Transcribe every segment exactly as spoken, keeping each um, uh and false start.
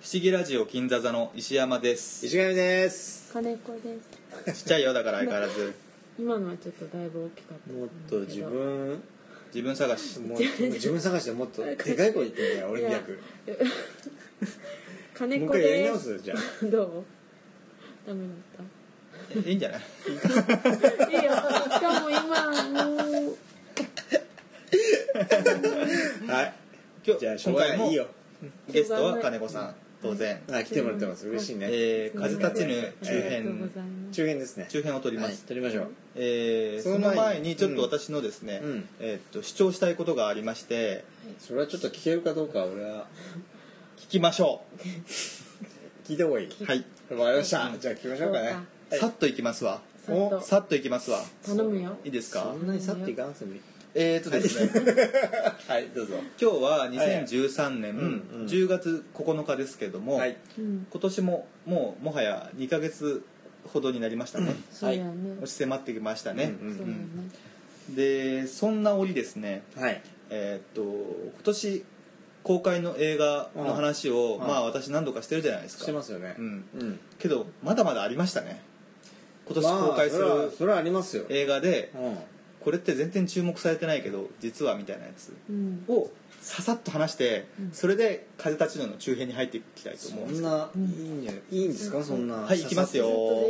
思議ラジオ金座座の石山です。 石上です。 金子です。 ちっちゃいよだから相変わらず今のはちょっとだいぶ大きかった。 もっと自分自分探しもっと自分探しでもっとでかい声言ってんだよ。俺みたく金子です。 もう一回やり直すじゃあどう？ダメだっいいんじゃない？ た。いいよ。しかも今もうはい今日じゃあしょうがないいいよ。 ゲストは金子さん当然、 あ来てもらってます。嬉しいね。 えー、風立ちぬ中ありがとう編ございます。 中編ですね。 中編を取りまはいす。 取りましょう。 えー、そのその前に前にちょっと私のですね、 うんえーっと主張したいことがありましてそれはちょっと聞けるかどうか俺は聞きましょ聞いた方がいい。 う。はい、 わかりました。じゃあ聞きましょうかね。 さっといきますわ。 さっとさっといきますわ。 頼むよ。 いいですかそ？んなに去っていかなくてもいい。 えーっとですねはいどうぞ。 今日はにせんじゅうさんねうんうんんじゅうがつここのかですけども、 はいうん。 今年ももうもはやにかげつほどになりましたね。 そうやね。 押し迫ってきましたね。 うんうんそうやね。 でそんな折ですね、 はい。 えーっと今年公開の映画の話を、 うんまあ私何度かしてるじゃないですか。 してますよね。 うん、 うん。 けどまだまだありましたね。今年公開するまあそれはそれはありますよ。 映画で、 うん。 これって全然注目されてないけど実はみたいなやつうん。 をささっと話して、 うんそれで風立ちぬの中編に入っていきたいと思うんですけど。 そんないいんじゃないいいんですかそんな。 はい、行きますよ。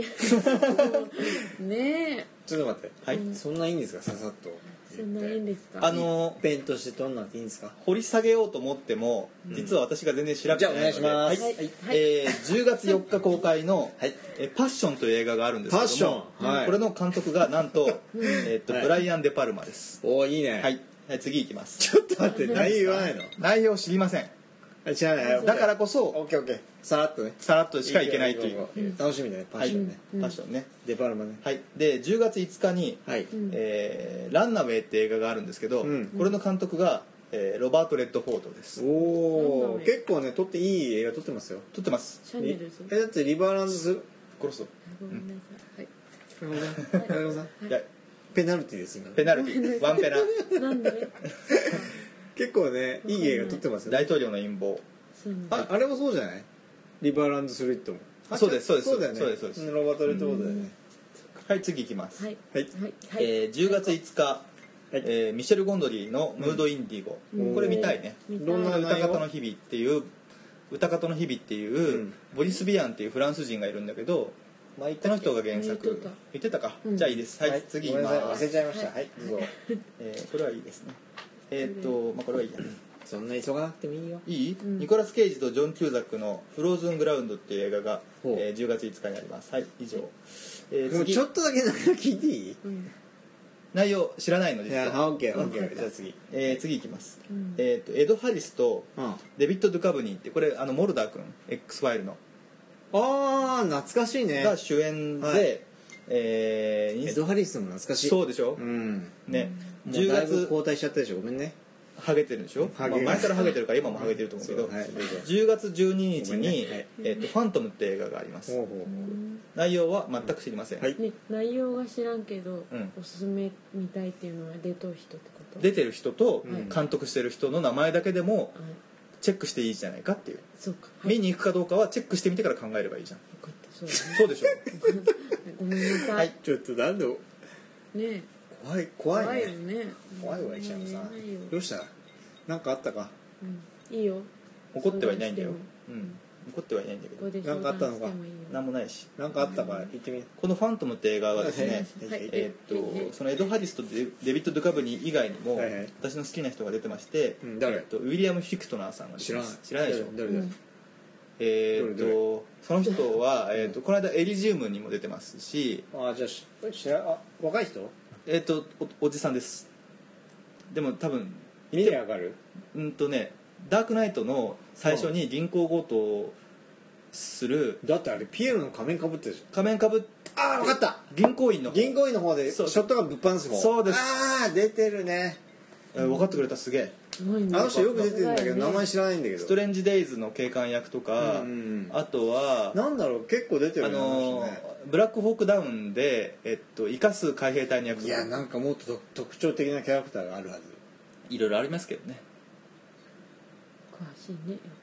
ねえ。 ちょっと待って。 はい、 そんないいんですかささっと。 そんないいんですか？ あのペンとして取んなくていいんですか。 掘り下げようと思っても、 うん実は私が全然調べてないので、 じゃあお願いしますはいはいえーじゅうがつよっか公開のはい 「えパッション」という映画があるんですけども、 パッションはいこれの監督がなんと,、えーっとはいブライアン・デ・パルマです。 おーいいね。 はい、はい、次いきます。 ちょっと待って内容言わないの。 内容知りません。 あ知らない。 だからこオそッケーオッケー。さらっとね。 さらっとしかいけないという。 うん楽しみだねパッションね。 うんパッションね。 デパルマね。 はい、でじゅうがついつかに、 はい。 うんえーランナウェイ」って映画があるんですけど、 うんこれの監督が、えーロバート・レッドフォードです。 おなんだおろう結構ね撮っていい映画撮ってますよ。 撮ってます。 シャネルズ。 えだってリバーランドス。 殺す。 ごめんなさい。 金子さんいやペナルティです今。 ペナルティワンペナ。 はい。なんで？ 結構ねいい映画撮ってますよ。 大統領の陰謀。 そうなんだ。 ああれもそうじゃないリバーランドスリットも。 あそうですそうですそうだよね。 そうですそうですんロバート・レッドフォードだよね。 はい、次いきます。 はい。 はい。 はい。はい。 えーじゅうがついつか、 はいえーミシェル・ゴンドリーの「ムード・インディゴ」 うんこれ見たいね。 見たいどんな歌方の日々っていう歌方の日々っていう、 うんボリス・ビアンっていうフランス人がいるんだけど、まあ、この人が原作言っとった言ってたか、 うんじゃあいいです。はい、次いきごめんなさいます。 忘れちゃいました。はいどうぞ。 えーこれはいいですね。えーっと、まあ、これはいいや。 そんな急がなくてもいいよ。 いい、 うんニコラス・ケイジとジョン・キューザックの「フローズン・グラウンド」っていう映画が、 ほうえーじゅうがついつかにあります。はい、以上。えーもう次ちょっとだけなんか聞いていい？ うん。 内容知らないのいや実は。 オッケーオッケーじゃあ次。 えー次いきます。 うんえーっとエド・ハリスとうん。 デビッド・ドゥカブニーってこれあのモルダー君 X ファイルのああ懐かしいね。 が主演で、 はいえーエド・ハリスも懐かしい。 そうでしょ、 うん。 ね、 もう 10 だいぶ月交代しちゃったでしょごめんね。 ハゲてるでしょ、まあ、 ハゲ前からハゲてるから今もハゲてると思うけど、 そうはいどうぞ。 じゅうがつじゅうににちに、 ごめんねはいえーっとファントムって映画があります。 ほうほうほう。 内容は全く知りません、 はいね、内容が知らんけど、 うんおすすめ見たいっていうのは出とう人ってこと？ 出てる人とうん監督してる人の名前だけでもはい。 チェックしていいじゃないかっていう、 そうか。はい。 見に行くかどうかはチェックしてみてから考えればいいじゃん。 分かった。そうだね。 そうでしょごめんなさい。 はいちょっとなんでね怖い怖い怖いよね。 ね。 怖いわ石山さんもう言えないよどうしたなんかあったか。 うん。いいよ。 怒ってはいないんだよ、 相うん、怒ってはいないんだけどここでなんかあったのか相談してもいいよ。 何もないし、 なんかあったか言ってみ。 この「ファントム」って映画はですね、 はいえーっはいとそのエド・ハリスとデデビッド・ドゥカブニー以外にも、 はいはい私の好きな人が出てまして、 うん誰えーっとウィリアム・フィクトナーさんが出て知らないます。知らないでしょ。 誰誰誰うんえーっどれとその人は、えーっとこの間エリジウムにも出てますし、 あじゃあし知らあ若い人えーっとおおじさんです。でも多分見てわかる。 うんとねダークナイトの最初に銀行強盗をするだってあれピエロの仮面かぶってるでしょ。 仮面かぶっああ分かった。 銀行員の方銀行員の方でシそうョットガンぶっ放す方。 そうですああ出てるね。 えー分かってくれたすげえ。 何あの人よく出てるんだけどね名前知らないんだけど。 ストレンジ・デイズの警官役とか、 うんうんあとはなんだろう結構出てあるねあのの人ね。 ブラックホークダウンで、えっと、生かす海兵隊の役とかいやなんかもっと特特徴的なキャラクターがあるはず。 いろいろありますけどね。 詳しいねやっぱり。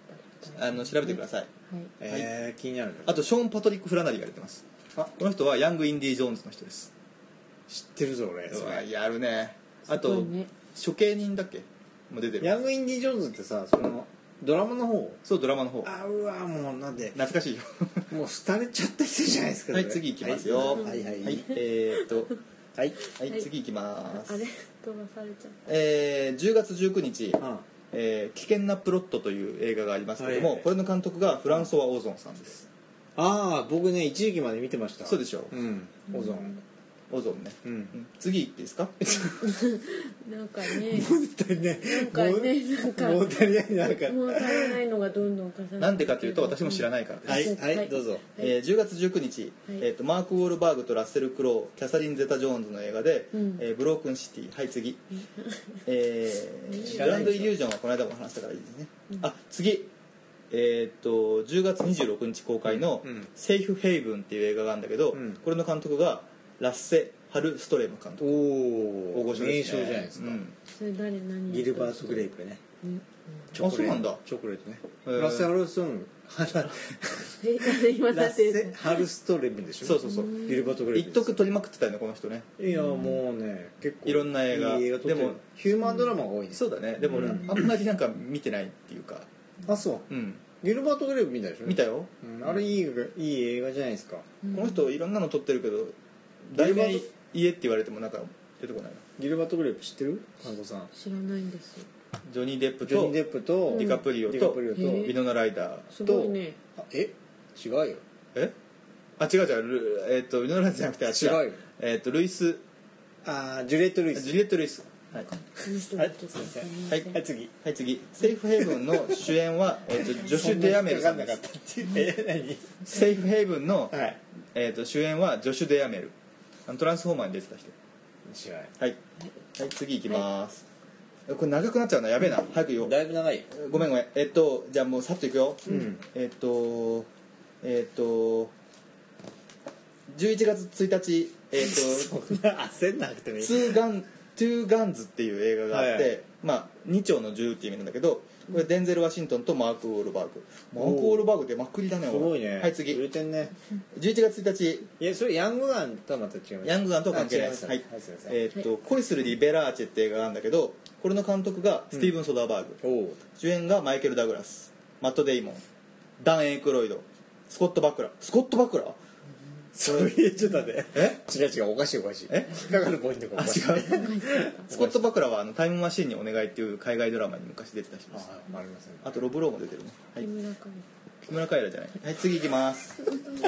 あの調べてください。 はいえー、気になるね。 あとショーン・パトリック・フラナリーが出てます。 あ、 この人はヤング・インディ・ジョーンズの人です。 知ってるぞ俺。 うわやるね。あすごといね処刑人だっけも出てる。 ヤング・インディ・ジョーンズってさ、そのドラマの方。 そうドラマの方。 あ、うわもうなんで懐かしいよ。 もう廃れちゃった人じゃないですか。 はい次行きますよ。 はいはいはい、 はいえー、っとはい。 はい、 はい次行きます。 あれ飛ばされちゃっえー、じゅうがつじゅうくにち、 あえー危険なプロットという映画がありますけども、 はいはいこれの監督がフランソワ・オゾンさんです。 あー、僕ね一時期まで見てました。 そうでしょう。 うん。オゾン。 オゾンね。 うん。 うん次行っていいですか？ た。なんかね本当にね。 なんかねなんかもう足りないなんか。 もう足りないのがどんどん重なってなんでかというと私も知らないからです。 はいはいどうぞ。 えーじゅうがつじゅうくにち、 はいえー、とマーク・ウォールバーグとラッセル・クロウ、キャサリン・ゼタ・ジョーンズの映画で、 うんえーブロークンシティ。はい次、えー、グランド・イリュージョンはこの間も話したからいいですね、あ次えー、とじゅうがつにじゅうろくにち公開のうん 「セーフ・ヘイブン」っていう映画があるんだけど、 うんこれの監督がラッセ・ハルストレム監督。 おお大御所名ですね称じゃないですか。 うんそれ誰何ギルバート・グレイプね。 うんチョコレートあそうなんだチョコレートね。 へーラッセ・ハルストレム。 え今だラッセ・ってハルストレムでしょ。 そうそうそうギルバート・グレイプです。 一徳取りまくってたよねこの人ね。 いやもうね結構いろんな映画いい映画撮ってる。 でもヒューマンドラマが多いね。 そうだね。でも俺、 うんあんまりなんか見てないっていうか、 あそう。 うん、 ギルバート・グレイプ見たでしょ。 見たよ、 うんあれいい映画いい映画じゃないですか。 この人いろんなの撮ってるけど題名ギルバー家って言われてもなんか出てこないな。 ギルバート・グレイプ知ってる？金子さん。 知らないんですよジョニー・デップとジョニー・デップとディカプリオとディカプリオとへーヴィノナ・ライダー。 すごいねあえ違うよ。 えあ違う違うルえっ、とヴィノナ・ライダーじゃなくてあ違うよ。 えっ、とルイスあージュリエット・ルイス。 ジュリエット・ルイス。はい、 この人はいちょっとすいませんはいはい次。 はい、次セーフ・ヘイブンの主演は、えー、とジョシュ・デアメルさんです。 分かんなかったっていうえセーフ・ヘイブンの、 何？はい。 えー、と主演はジョシュ・デアメル。あのトランスフォーマーに出てた人。 知らない。 はい、はい、次いきます、これ長くなっちゃうな、やべえな、早く言おう。 だいぶ長いよ。 ごめんごめん。えっとじゃあもうさっといくよ。 うん。 えっとえっとじゅういちがつついたち、えっそんな焦んなくてもいとい。 ツーガントゥーガンズっていう映画があって、 はいはいまあに丁の銃っていう意味なんだけど、これデンゼル・ワシントンとマーク・ウォールバーグ。マーク・ウォールバーグってまっくりだね。 すごいね。 はい次売れてんね。 じゅういちがつついたち、 いやそれヤングガンとはまた違います。 ヤングガンとは関係ないです。 あはい違いますはいすいません。 えーっと恋するリベラーチェって映画があるんだけど、これの監督がスティーブン・ソダーバーグ、 おお。 主演がマイケル・ダグラス、マット・デイモン、ダン・エイクロイド、スコット・バクラ。スコット・バクラそれちょっと待って。 え違う違うおかしいおかしい。 えかかるポイントがおあかしい。 違うスコット・バクラはあのタイムマシーンにお願いっていう海外ドラマに昔出てた人です。 あ、ありません。 あとロブローも出てるね。はい木村か木村カエラじゃない。はい次行きます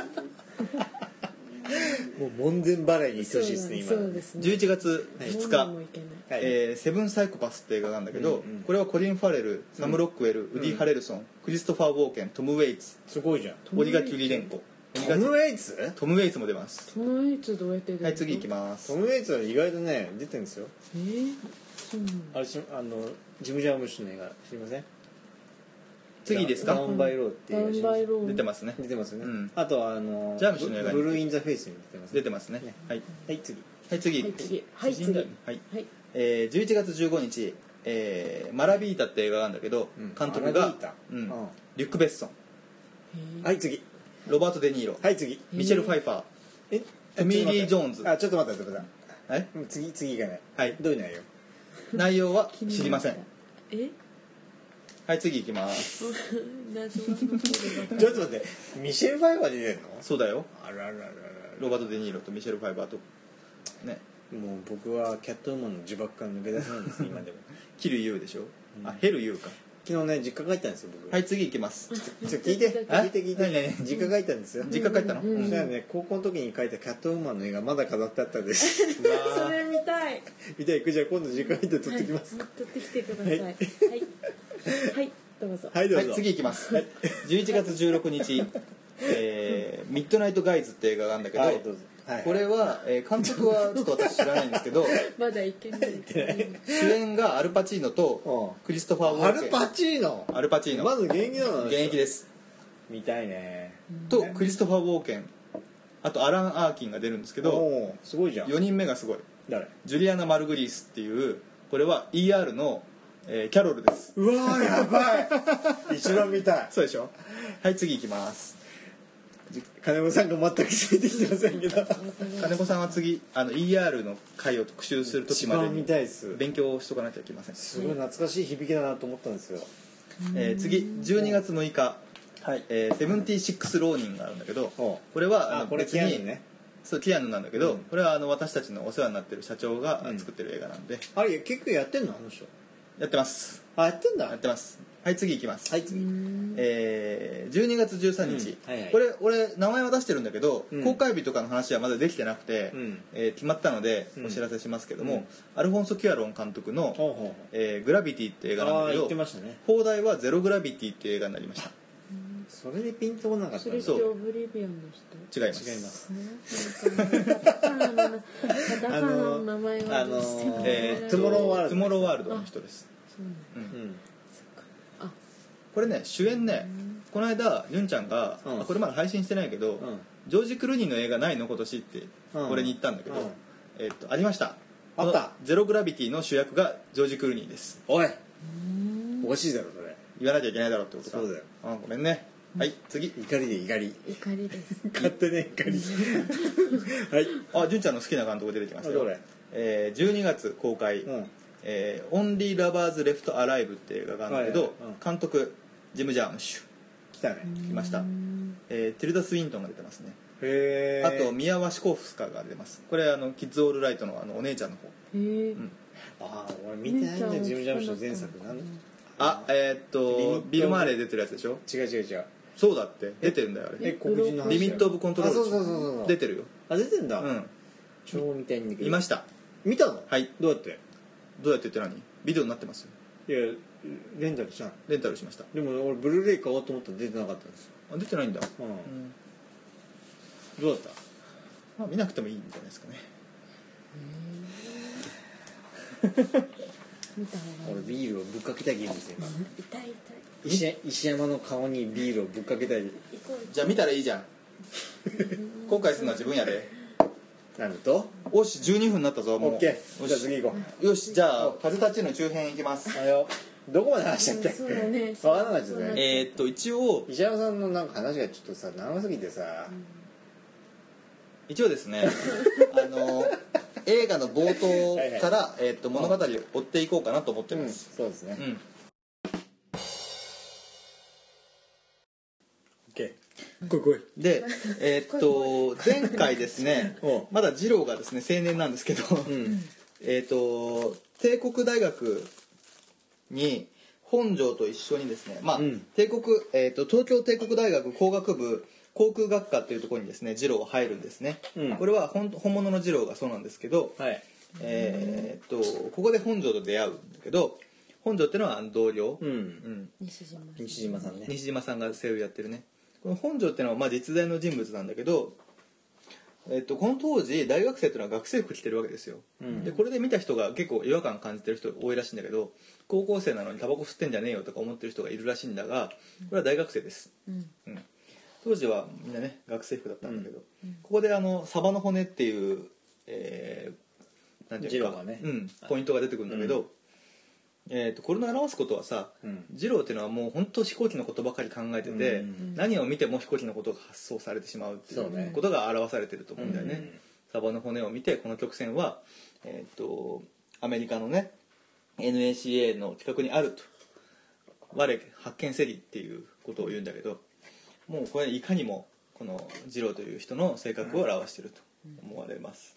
もう門前払いにしてほしいですね今。 そうですねじゅういちがつふつか、 もういけないはいえーセブン・サイコパスって映画があるんだけど、 うんうんこれはコリン・ファレル、サム・ロックウェル、ウディ・ハレルソン、クリストファー・ウォーケン、トム・ウェイツ、 すごいじゃん。 オリガ・キュリレンコ。オリガトム・ウェイツ？ トム・ウェイツも出ます。 そのいつどうやって出るのはい次行きますトム・ウェイツは意外とね出てるんですよ。 えーそうなのあれしあのジム・ジャームッシュの映画知りません？ 次いいですかダウンバイローってダウいう映画ンバイロー出てますね。 出てますよね、 うんあとはあのジャームッシュの映画にブルー・イン・ザ・フェイスに出てます出てますね。 ねはいはい次。 はい次はい次はい次主人だよねはいはいえーじゅういちがつじゅうごにち、えーマラビータって映画があるんだけど、 うん監督がマラビータ、 うんうんリュック・ベッソン、 へーはい次。 ロバート・デ・ニーロ、 はい次。 ミシェル・ファイファー、 えトミーリー・ジョーンズ。 あちょっと待ってちょっと待ってはいうん次次いかない。 はいどういう内容？ 内容は知りません。 えはい次行きます謎が残るちょっと待ってミシェル・ファイバー出てんの？ そうだよ。 あらららららロバート・デ・ニーロとミシェル・ファイバーとね、 もう僕はキャットウーマンの呪縛から抜け出せないんです今でも。 キル・ユーでしょ、 うんあヘル・ユーか。 昨日ね実家帰ったんですよ僕。 はい次行きます。 ちょ聞いてあ聞いて聞い何何て実家帰ったんですよ。 実家帰ったの、 うんうんそしたらね高校の時に書いたキャットウーマンの絵がまだ飾ってあったんですそれ見たい見たいくじゃあ今度実家帰って撮ってきます。 はい取ってきてくださいはいはいどうぞはいどうぞ。 はい次行きます。じゅういちがつじゅうろくにち、えーミッドナイト・ガイズって映画があるんだけど、 はいどうぞ。はいこれは、えー監督はちょっと私知らないんですけどまだいけない主演がアルパチーノとクリストファー・ウォアーケン。 ルパチーノ。 アルパチーノまず現役なの。 現役です見たいね。 とクリストファー・ウォーケン、あとアラン・アーキンが出るんですけど、 おーすごいじゃん。 よにんめがすごい。 誰？ ジュリアナ・マルグリースっていう、これは イーアール の、 えーキャロルです。 うわーやばい一番見たい。 そうでしょ。はい、次いきます。 金子さんが全くついてきてませんけど金子さんは次あの イーアール の回を特集する時まで一番見にたいです。 勉強をしとかなきゃいけません。 すごい懐かしい響きだなと思ったんですよ。 えー次じゅうにがつむいか、 はい。 えー、セブンティシックスローニンがあるんだけど、 おうこれはああこれの別にキアヌね。 そうキアヌなんだけど、 うんこれはあの私たちのお世話になってる社長がうん作ってる映画なんで、 あれ結構やってんのあの人。 やってますあやってんだ。 やってます。はい、次いきます。 はい次。 えーじゅうにがつじゅうさんにち、 うんはいはいこれ俺名前は出してるんだけど、 うん公開日とかの話はまだできてなくて、 うんえー決まったのでうんお知らせしますけども、 うんアルフォンソ・キュアロン監督のほうほうほう 「えーグラビティ」って映画なんああ言だけどってましたね。 放題は「ゼログラビティ」っていう映画になりました。 それでピンとこなかったそれってんだ。 そうオブリビオンの人。 違います違います。 なんかだからの名前はあのーえートゥモローワールドトゥモローワールドの人です。 そうなんだうんうん。 あこれね主演ねこの間ユンちゃんが、 うんあこれまだ配信してないけど、 うんジョージ・クルーニーの映画ないの今年ってうん俺に言ったんだけど、 うんえーっとありました。 あったこのゼログラビティの主役がジョージ・クルーニーです。 おいおかしいだろそれ。 言わなきゃいけないだろうってことか。 そうだよ。 あごめんね。はい次。 怒りで怒り。 怒りです。 勝手に怒り。はい。 あ純ちゃんの好きな監督出てきましたよ。 あどれえーじゅうにがつ公開、 うん。 えー、オンリー・ラバーズ・レフト・アライブっていう映画があるんだけど、 はいはいうん監督ジム・ジャームッシュ来たね。 来ました、えーティルダ・スウィントンが出てますね。 へえ。 あとミア・ワシコフスカが出てます。これあのキッズ・オールライトのあのお姉ちゃんの方。 へえ。 うんああ俺見てないんだよジムジャムシの前作なん。 あえーっリミットとビル・マーレー出てるやつでしょ。 違う違う違う。 そうだって出てるんだよあえれ。 黒人の話だよ。 リミット・オブ・コントロールあそうそうそうそう。 出てるよ。 あ出てんだ。 うん超見たいんだけど。 いました。 見たの？ はい。 どうやって？ どうやって言って何ビデオになってますよ。 いやレンタルしたの。 レンタルしました。 でも俺ブルーレイ買おうと思ったら出てなかったんですよ。 あ出てないんだ。 うん。 うんどうだった？ まあ見なくてもいいんじゃないですかね。 見た方がい俺い。 ビールをぶっかけたい気分ですよ今。 痛い痛い。 石石山の顔にビールをぶっかけたい。 行こう。 じゃあ見たらいいじゃん。後悔するのは自分やで。 なんと？ おしじゅうにふんになったぞもう。 オッケー。 よしじゃあ次行こよしじゃあ風立ちぬ中編いきます。 う。あよ。どこまで話しちゃって？ そうだね。 わからなかったですね。 えーっと一応石山さんのなんか話がちょっとさ長すぎてさ。 一応ですねあの映画の冒頭からえーっと物語を追っていこうかなと思ってうんます。 そうですね。 うん。 オッケー。来い来い。 でえーっと前回ですねおうまだ二郎がですね青年なんですけど、 うん。 えーっと帝国大学に本庄と一緒にですね、まあうん帝国えー、と東京帝国大学工学部航空学科っていうところにですね二郎が入るんですね、 うんこれは本本物の二郎がそうなんですけど、 はい。 えー、とここで本庄と出会うんだけど本庄っていうのはあの同僚、 う。 うんん西島。 西島さんね。 西島さんが声優やってるねこの本庄っていうのはまあ実在の人物なんだけど、えー、とこの当時大学生っていうのは学生服着てるわけですよ、 うんでこれで見た人が結構違和感感じてる人多いらしいんだけど高校生なのにタバコ吸ってんじゃねえよとか思ってる人がいるらしいんだがこれは大学生です、 うん。 うん、当時はみんなね学生服だったんだけど、ここであのサバの骨っていう、えー、なんていうか二郎がねうん、ポイントが出てくるんだけど、えー、とこれの表すことはさ、 うん二郎っていうのはもう本当飛行機のことばかり考えてて、 うん何を見ても飛行機のことが発想されてしまうっていそうねうことが表されてると思うんだよね、 うんサバの骨を見てこの曲線は、えー、とアメリカのね エヌエーシーエー の近くにあると我発見せりっていうことを言うんだけどもうこれいかにもこの二郎という人の性格を表していると思われます、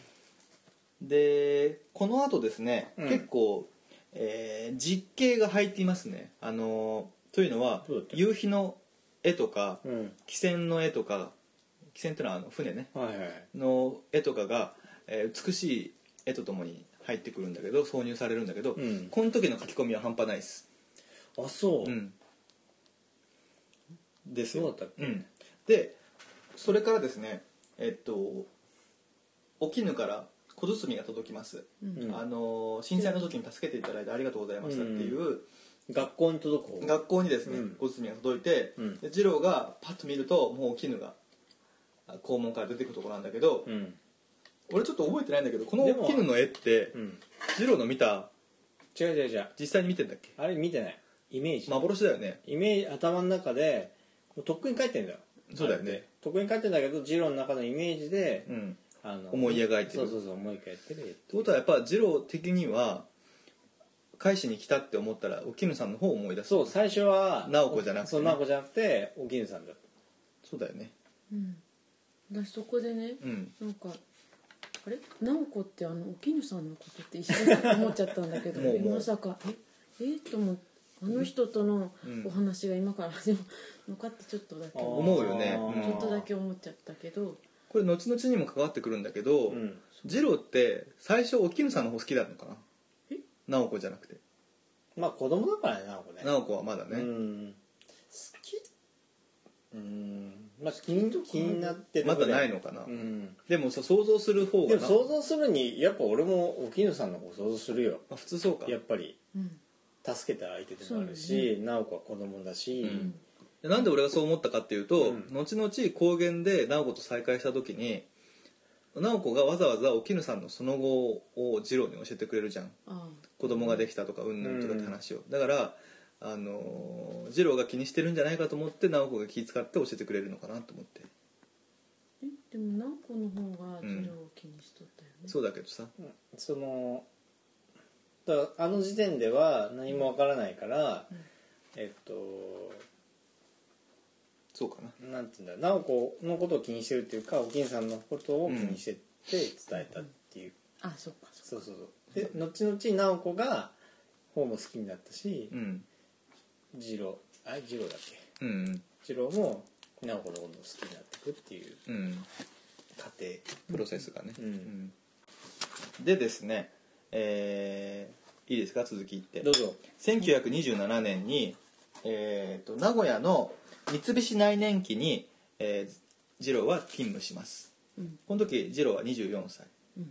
でこの後ですね、 うん結構、えー実景が入っていますねあのというのはどうだった夕日の絵とかうん。 汽船の絵とか汽船というのはあの船ねはいはい。 の絵とかが、えー美しい絵とともに入ってくるんだけど挿入されるんだけど、 うんこの時の書き込みは半端ないですあそう。 うんですよそうだったっけうん、でそれからですねえっと沖ぬから小包が届きます、 うんあの震災の時に助けていただいてありがとうございましたっていう、 学校に届く方。 学校にですね、 うん小包が届いて、 うんで次郎がパッと見るともう沖ぬが校門から出てくるところなんだけど、 うん。 俺ちょっと覚えてないんだけどこのでも沖ぬの絵ってうん。 次郎の見た違う違う違う、 実際に見てんだっけ？ あれ見てない、イメージ幻だよね。 イメージ頭の中でもうとっくに書いてんだよ。 そうだよねあれってとっくに書いてんだけど、ジローの中のイメージで、 うん。 あの思い描いてるそうそうそう思い描いてる。 ってことはやっぱ二郎的には返しに来たって思ったらお絹さんの方を思い出す。 そう、最初は直子じゃなくてねそう、直子じゃなくてお絹さんだった。 そうだよね。 うん私そこでね、 うんなんかあれ直子ってあのお絹さんのことって一瞬思っちゃったんだけどもうもうまさかええと思ってあの人とのうんお話が今から始まるのかってちょっとだけ思思うよねうんちょっとだけ思っちゃったけどこれ後々にも関わってくるんだけど、 うん二郎って最初お絹さんの方好きなのかな？ え直子じゃなくて。 まあ子供だからね、直子ね。 直子はまだうね、 ん好きうんまあ気に気になってるまだぐらないのかな、 うんでもさ想像する方がなでも想像するにやっぱ俺もお絹さんの方想像するよ。 まあ、普通そうか。 やっぱりうん助けた相手でもあるし、直子は子供だし、 うんでなんで俺がそう思ったかっていうと、 うん後々高原で直子と再会した時に直子がわざわざお絹さんのその後を次郎に教えてくれるじゃん。 あ子供ができたとかうんぬんとかって話を、だからあのー、次郎が気にしてるんじゃないかと思って直子が気遣って教えてくれるのかなと思って。 えでも直子の方が次郎を気にしとったよね、 そうだけどさ、 そのだからあの時点では何もわからないから、 うんえっとそうかな。 なんていうんだろう、直子のことを気にしてるっていうかお絹さんのことを気にしてって伝えたっていう、 あそっかそっかそうそうそうで後々直子が方も好きになったし、 うん次郎あれ次郎だっけうん次郎も直子のことを好きになっていくっていううん過程。 プロセスがね、 うんうんでですね、えーいいですか、続き言ってどうぞ。 せんきゅうひゃくにじゅうななねんに、えー、と名古屋の三菱内燃機に、えー、次郎は勤務します。 うんこの時次郎はにじゅうよんさい、 うん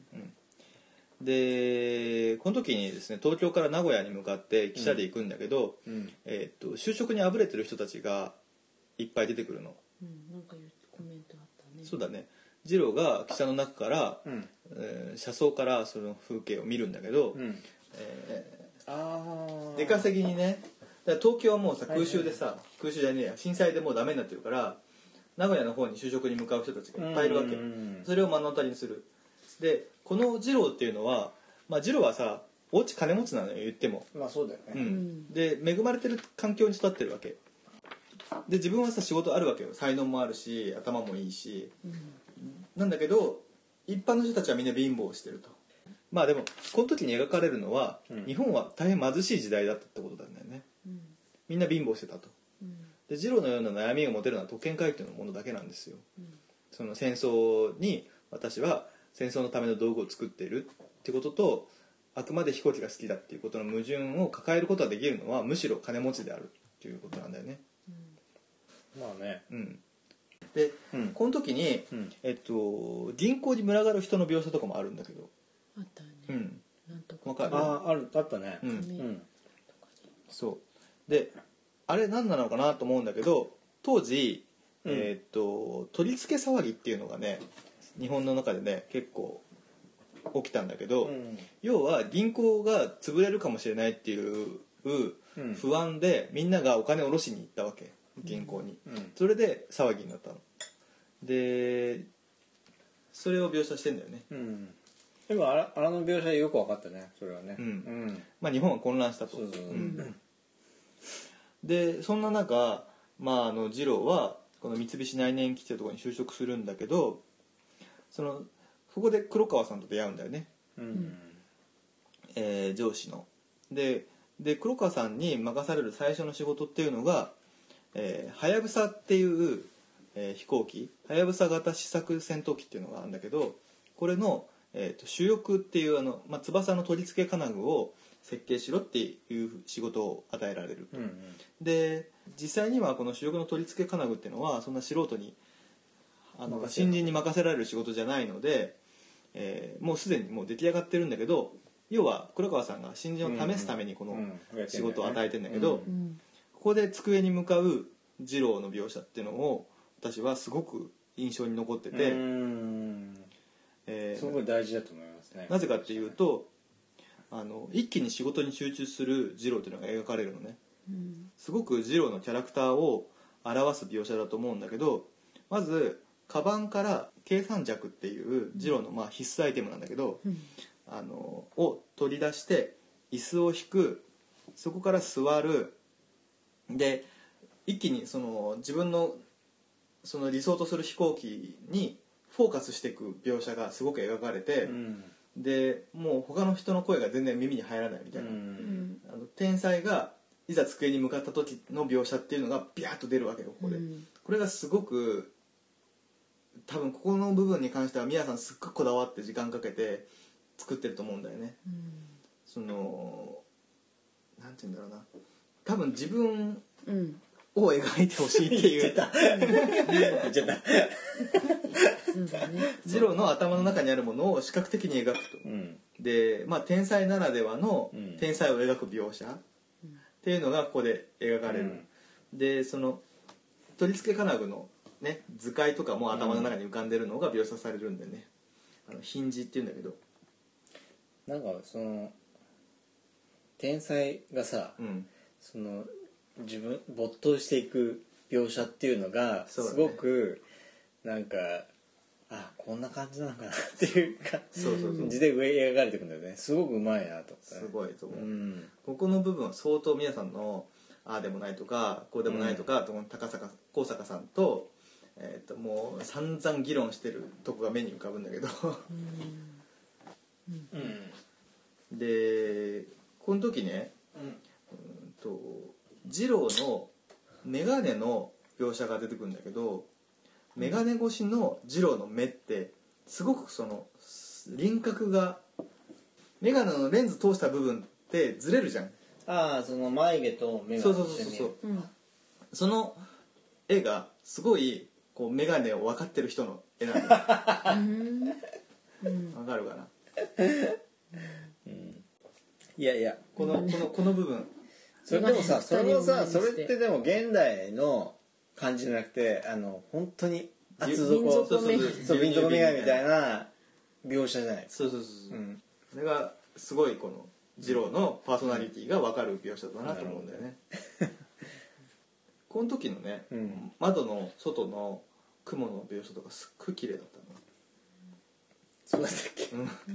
でこの時にですね東京から名古屋に向かって汽車で行くんだけど、 うんえー、と就職にあぶれてる人たちがいっぱい出てくるの。 うんなんか言うコメントあったねそうだね。次郎が汽車の中から、 うんえー車窓からその風景を見るんだけど、 うんえああー出稼ぎにね、だから東京はもうさ空襲でさ、空襲じゃねえや震災でもうダメになってるから名古屋の方に就職に向かう人たちがいっぱいいるわけ。 うんそれを目の当たりにする。でこの次郎っていうのは、まあ、次郎はさお家金持ちなのよ言っても、 まあそうだよね、 うん、で恵まれてる環境に育ってるわけで自分はさ仕事あるわけよ。才能もあるし頭もいいしうんなんだけど一般の人たちはみんな貧乏してると。まあでもこの時に描かれるのは、 うん日本は大変貧しい時代だったってことなんだよね。 うんみんな貧乏してたと。 うんで次郎のような悩みが持てるのは特権階級のものだけなんですよ。 うんその戦争に私は戦争のための道具を作っているってこととあくまで飛行機が好きだっていうことの矛盾を抱えることができるのはむしろ金持ちであるっていうことなんだよね。 まあねうん、で、 うんこの時に、 うんえっと、銀行に群がる人の描写とかもあるんだけど、 あったよね、 うん、 なんとかわかるあああるあったねうん紙うんそうであれ何なのかなと思うんだけど当時、 うんえっと取り付け騒ぎっていうのがね日本の中でね結構起きたんだけど、 うん要は銀行が潰れるかもしれないっていううん不安でみんながお金を下ろしに行ったわけ銀行に、 うんそれで騒ぎになったのでそれを描写してんだよね。 うんでもあらあの描写よく分かったねそれはねうんうんまあ日本は混乱したと。 そうそうそううんでそんな中、まあ、あの次郎はこの三菱内燃機っていうところに就職するんだけどそのそこで黒川さんと出会うんだよね、 うんえー上司の。でで黒川さんに任される最初の仕事っていうのがえーはやぶさっていう、えー飛行機はやぶさ型試作戦闘機っていうのがあるんだけどこれの、えーと主翼っていうあの、まあ、翼の取り付け金具を設計しろっていう仕事を与えられる。 うんで実際にはこの主翼の取り付け金具っていうのはそんな素人にあの任せる新人に任せられる仕事じゃないので、えーもうすでにもう出来上がってるんだけど要は黒川さんが新人を試すためにこの仕事を与えてんだけど、 うんうんここで机に向かう次郎の描写っていうのを私はすごく印象に残ってて、 うんえーすごい大事だと思いますねなぜかっていうとあの一気に仕事に集中する二郎っていうのが描かれるのね。 うんすごく二郎のキャラクターを表す描写だと思うんだけど、まずカバンから計算尺っていう二郎のまあ必須アイテムなんだけど、 うんあのを取り出して椅子を引く、そこから座るで一気にその自分のその理想とする飛行機にフォーカスしていく描写がすごく描かれて、 うんでもう他の人の声が全然耳に入らないみたいな、 うんあの天才がいざ机に向かった時の描写っていうのがビャーッと出るわけよここで、 うんこれがすごく多分ここの部分に関しては宮さんすっごいこだわって時間かけて作ってると思うんだよね。そのなんて言うんだろうな、多分自分うんを描いてほしいっていう言っちゃった言っちゃったそうだねジローの頭の中にあるものを視覚的に描くと、 うんで、まあ、天才ならではのうん天才を描く描写っていうのがここで描かれる、でその取り付け金具の、ね、図解とかも頭の中に浮かんでるのが描写されるんでね、あのヒンジっていうんだけど、 なんかその天才がさ、 うん、 その自分没頭していく描写っていうのがそうだねすごくなんかあこんな感じなのかなっていうかそうそうそう感じで上描かれていくんだよね。すごくうまいなと思ったね。 すごいと思う、 うんここの部分は相当皆さんのああでもないとかこうでもないとか、とこの高坂高坂さんと、えー、ともう散々議論してるとこが目に浮かぶんだけどうんでこの時ね、うんと二郎の眼鏡の描写が出てくるんだけど、眼鏡越しの二郎の目ってすごくその輪郭が眼鏡のレンズ通した部分ってずれるじゃん。 ああその眉毛と目がそうそうそうそう、 うんその絵がすごいこう眼鏡を分かってる人の絵なんだうん分かるかな。 いやいやこのこのこの部分それでもさそれもさそれ二人を前にしてってでも現代の感じじゃなくてあの本当に厚民底族メガネそう民族メガネみたいな描写じゃないですか。 そうそうそうそう、 うんそれがすごいこの二郎のパーソナリティが分かる描写だなと思うんだよね。この時のね、 うん窓の外の雲の描写とかすっごい綺麗だったの。 そうだったっけ。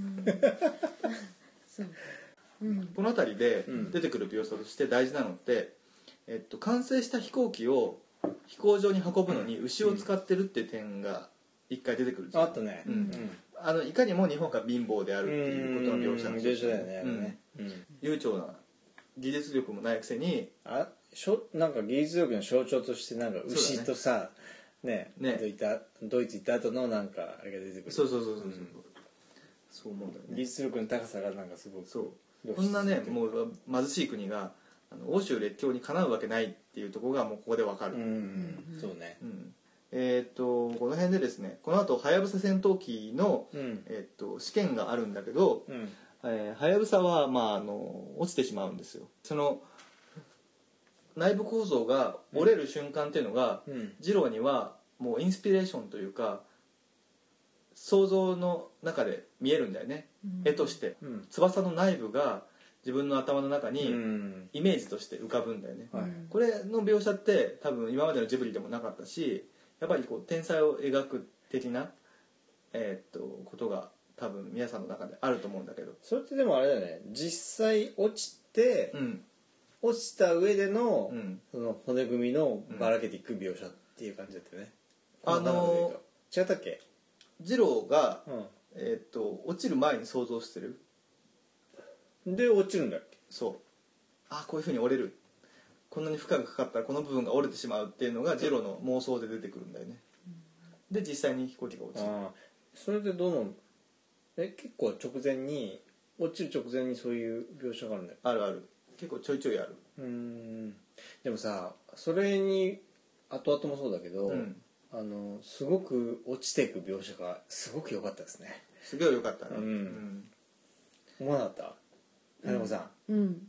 そううんこの辺りでうん出てくる描写として大事なのって、えっと、完成した飛行機を飛行場に運ぶのに牛を使ってるっていう点が一回出てくるじゃんあったね。 うんあのいかにも日本が貧乏であるっていうことの描写うんなん描写だよねあれね。うん悠長な技術力もないくせにあしょなんか技術力の象徴としてなんか牛とさねねドイツドイツ行った後のなんかあれが出てくる。 そうそうそうそうそう、 んそう思うんだよね。 技術力の高さがなんかすごくそう露出こんなねしてるもう貧しい国があの欧州列強にかなうわけないっていうところがもうここでわかる、 うんうんそうね。 うんえっ、とこの辺でですね、この後はやぶさ戦闘機の、 うんえー、と試験があるんだけどうんえーはやぶさは、まあ、あの落ちてしまうんですよ。その内部構造が折れる瞬間っていうのが、 うん二郎にはもうインスピレーションというか想像の中で見えるんだよね、 うん絵としてうん翼の内部が自分の頭の中うにんイメージとして浮かぶんだよね、 はいこれの描写って多分今までのジブリでもなかったし、やっぱりこう天才を描く的な、えーっとことが多分皆さんの中であると思うんだけど、 それってでもあれだよね、実際落ちて、 うん落ちた上での、 うんその骨組みのばらけていく描写っていう感じだったよね、 あのーこ中で言うと違ったっけ。 二郎が、 うえーっと落ちる前に想像してる、 んで落ちるんだっけ。 そうあこういうふうに折れる、こんなに負荷がかかったらこの部分が折れてしまうっていうのが二郎の妄想で出てくるんだよね、で実際に飛行機が落ちる。 ああそれでどのえ結構直前に落ちる直前にそういう描写があるんだよ。 あるある、結構ちょいちょいある。 うーんでもさそれに後々もそうだけど、 うんあのすごく落ちていく描写がすごく良かったですね。 すごい良かったね、 うん思わなかった金子さん。 うん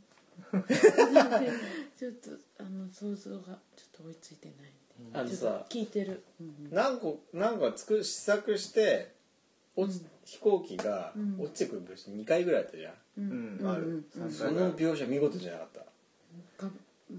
ちょっとあの想像がちょっと追いついてないんでちょっあのさと聞いてる、うん何個何個作試作して落ち飛行機が落ちてくる描写にかいぐらいあったじゃん、 うんうんうんあるうんその描写見事じゃなかったかうん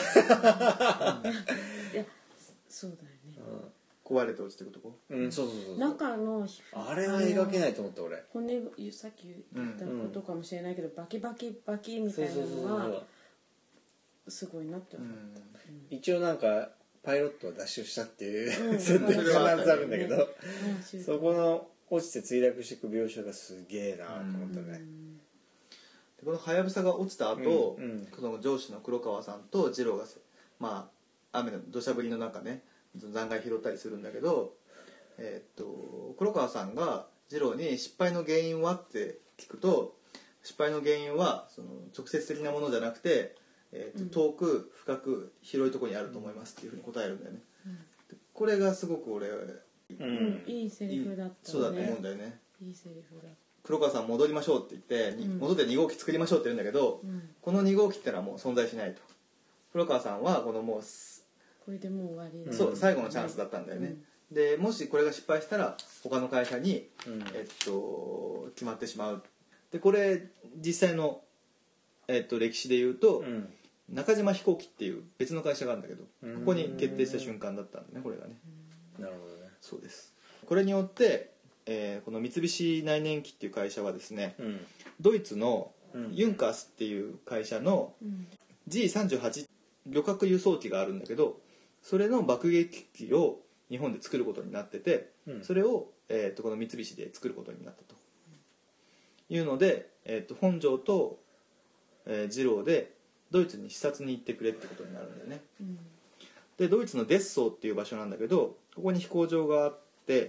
いやそうだよね壊れて落ちてくとこ。 うん、そうそうそうそう中のあれは描けないと思った俺骨さっき言ったことかもしれないけど、バキバキバキみたいなのはすごいなって思う、 一応なんかパイロットは脱出したっていう、 うん設定が必ずあるんだけど、 ねそこの落ちて墜落していく描写がすげえなと思ったね、 でこのはやぶさが落ちた後、 うんうんその上司の黒川さんと次郎がまあ雨の土砂降りの中ね残骸拾ったりするんだけど、えー、っと黒川さんが次郎に失敗の原因はって聞くと、失敗の原因はその直接的なものじゃなくて、えー、っと遠く深く広いところにあると思いますっていうふうに答えるんだよね、うん、これがすごく俺、 うん、いいセリフだったね。 そうだと思うんだよね。 いいセリフだ。 黒川さん戻りましょうって言って、うん、戻ってに号機作りましょうって言うんだけど、うん、このに号機ってのはもう存在しないと。黒川さんはこのもうこれでもう終わりだ、 そう、最後のチャンスだったんだよね、うん、でもしこれが失敗したら他の会社に、うん、えっと、決まってしまう。でこれ実際の、えっと、歴史で言うと、うん、中島飛行機っていう別の会社があるんだけど、ここに決定した瞬間だったんだね、これがね。 なるほどね。 そうです。これによって、えー、この三菱内燃機っていう会社はですね、うん、ドイツのユンカースっていう会社の ジーさんじゅうはち 旅客輸送機があるんだけど、それの爆撃機を日本で作ることになってて、うん、それを、えー、とこの三菱で作ることになったというので、えー、と本庄と、えー、次郎でドイツに視察に行ってくれってことになるんだよね、うん、でドイツのデッソーっていう場所なんだけど、ここに飛行場があって、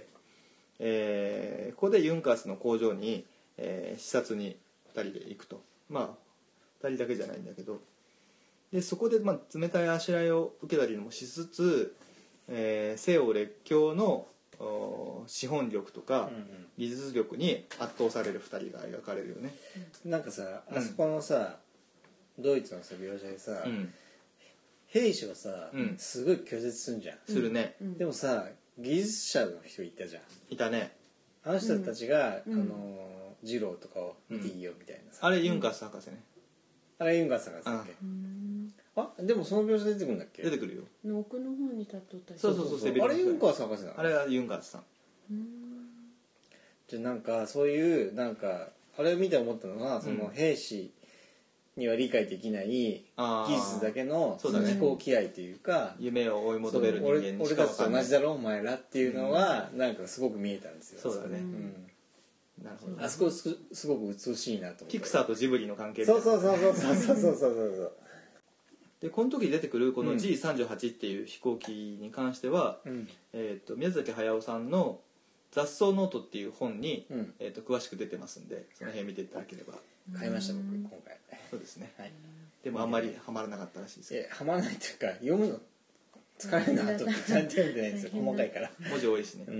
えー、ここでユンカースの工場に、えー、視察にふたりで行くと。まあふたりだけじゃないんだけど、でそこで、まあ、冷たいあしらいを受けたりもしつつ、えー、西洋列強の資本力とか技術力に圧倒されるふたりが描かれるよね。 なんかさ、あそこのさ、うん、ドイツのさ描写でさ、うん、兵士はさ、うん、すごい拒絶するんじゃん。 するね、 うん、でもさ技術者の人いたじゃん。 いたね。 あの人たちが、うん、あの次郎とかを見ていいよみたいなさ、 うん、あれユンカース博士ね。 あれユンカース博士だっけ。あ、でもその描写出てくるんだっけ。 出てくるよ。 の奥の方に立っとったり。 そうそうそうそう。 あれユンカース博士なの。 あれはユンカースさん。 じゃあなんかそういうなんかあれを見て思ったのが、その兵士には理解できない技術だけの思考気合というか、 夢を追い求める人間に俺たちと同じだろお前らっていうのがなんかすごく見えたんですよ。 そうだね。 なるほど。あそこすすごく美しいなと思って。 ピクサーとジブリの関係。 そうそうそうそうそうそうそうそう。 でこの時出てくるこの ジーさんじゅうはち っていう飛行機に関しては、うん、えー、と宮崎駿さんの「雑草ノート」っていう本に、うん、えー、と詳しく出てますんで、その辺見ていただければ。 買いました僕今回。 そうですね、はい、でもあんまりハマらなかったらしいですけど。 えハマらないというか読むの疲れるなとってちゃんと読んでないんですよ細かいから文字多いしね、うんうん、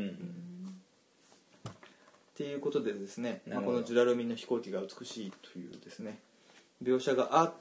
っていうことでですね、まあ、このジュラルミンの飛行機が美しいというですね描写があって、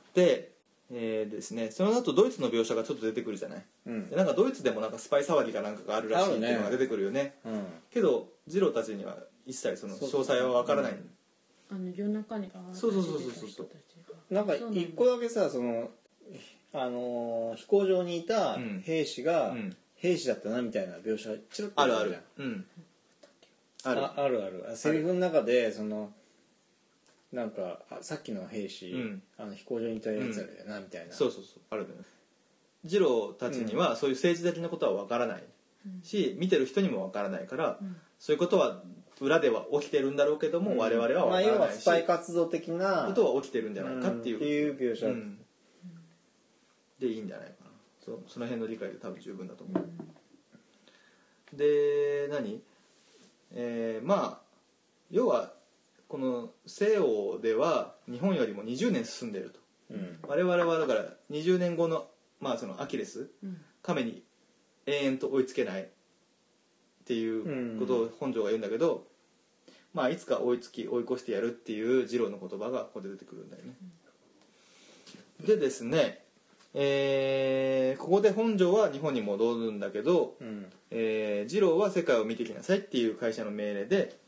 えーですね、その後ドイツの描写がちょっと出てくるじゃない、うん、でなんかドイツでもなんかスパイ騒ぎかなんかがあるらしいっていうのが出てくるよね、うん、けど次郎たちには一切その詳細は分からない。 あの夜中にそうそうそうそうそう。 なんか一個だけさ、そのあのー、飛行場にいた兵士が、うん、兵士だったなみたいな描写チロッとあるある、うん、 あるあるあるセリフの中でそのなんかさっきの兵士、うん、あの飛行場にいたやつあるよな、うん、みたいな。 そうそうそうあるのよ。次郎たちにはそういう政治的なことは分からない、うん、し見てる人にも分からないから、うん、そういうことは裏では起きてるんだろうけども、うん、我々は分からないし、 まあ、要はスパイ活動的なことは起きてるんじゃないかっていう、 うん、っていう描写、うん、 でいいんじゃないかな。 そ, その辺の理解で多分十分だと思う、うん、で何、えー、まあ要はこの西欧では日本よりもにじゅうねん進んでいると、うん、我々はだからにじゅうねんごの、まあ、そのアキレス、うん、亀に永遠と追いつけないっていうことを本庄が言うんだけど、まあ、いつか追いつき追い越してやるっていう次郎の言葉がここで出てくるんだよね、うん、でですね、えー、ここで本庄は日本に戻るんだけど、うん、えー、次郎は世界を見てきなさいっていう会社の命令で、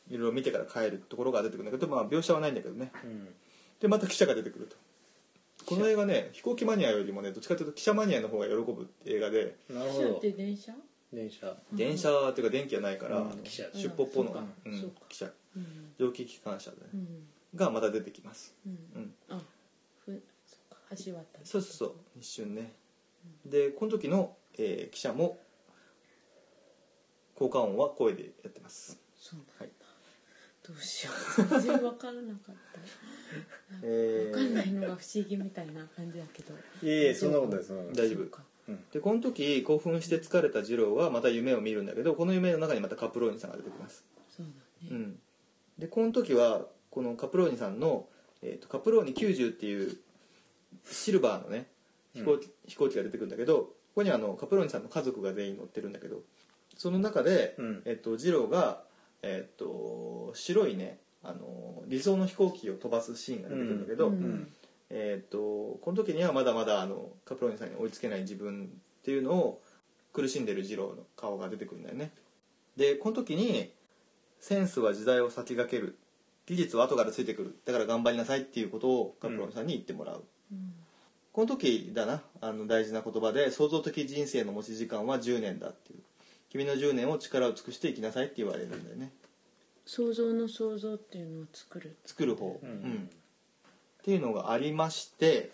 いろいろ見てから帰るところが出てくるんだけど、まあ、描写はないんだけどね、 うん、 でまた記者が出てくると。この映画ね、飛行機マニアよりもねどっちかというと記者マニアの方が喜ぶ映画で。 なるほど。 汽車って電車？ 電車電車っていうか電気はないから、 うん、汽車出歩っぽの、うん、汽車、うん、蒸気機関車で、ね、うん、がまた出てきます、うんうん、あふそっか橋渡ったそうそうそう一瞬ね、うん、でこの時の、えー、記者も効果音は声でやってます。 そうなんだ、はい、どうしよう全然分からなかったえー、分かんないのが不思議みたいな感じだけどいえいえそんなことないそんなことない大丈夫。でこの時興奮して疲れた次郎はまた夢を見るんだけど、この夢の中にまたカプローニさんが出てきます。 そうだね、うん、 でこの時はこのカプローニさんの、えーと、カプローニきゅうじゅうっていうシルバーのね飛行機、うん、飛行機が出てくるんだけど、ここにはあのカプローニさんの家族が全員乗ってるんだけど、その中で、うんえーと、次郎が、えーと、白いねあの理想の飛行機を飛ばすシーンが出てくるんだけど、うんうんえー、とこの時にはまだまだあのカプローニさんに追いつけない自分っていうのを苦しんでる次郎の顔が出てくるんだよね。でこの時にセンスは時代を先駆ける、技術は後からついてくる、だから頑張りなさいっていうことをカプローニさんに言ってもらう、うん、この時だなあの大事な言葉で、創造的人生の持ち時間はじゅうねんだっていう、君のじゅうねんを力を尽くしていきなさいって言われるんだよね。 創造の創造っていうのを作る作る方、うんうんっていうのがありまして、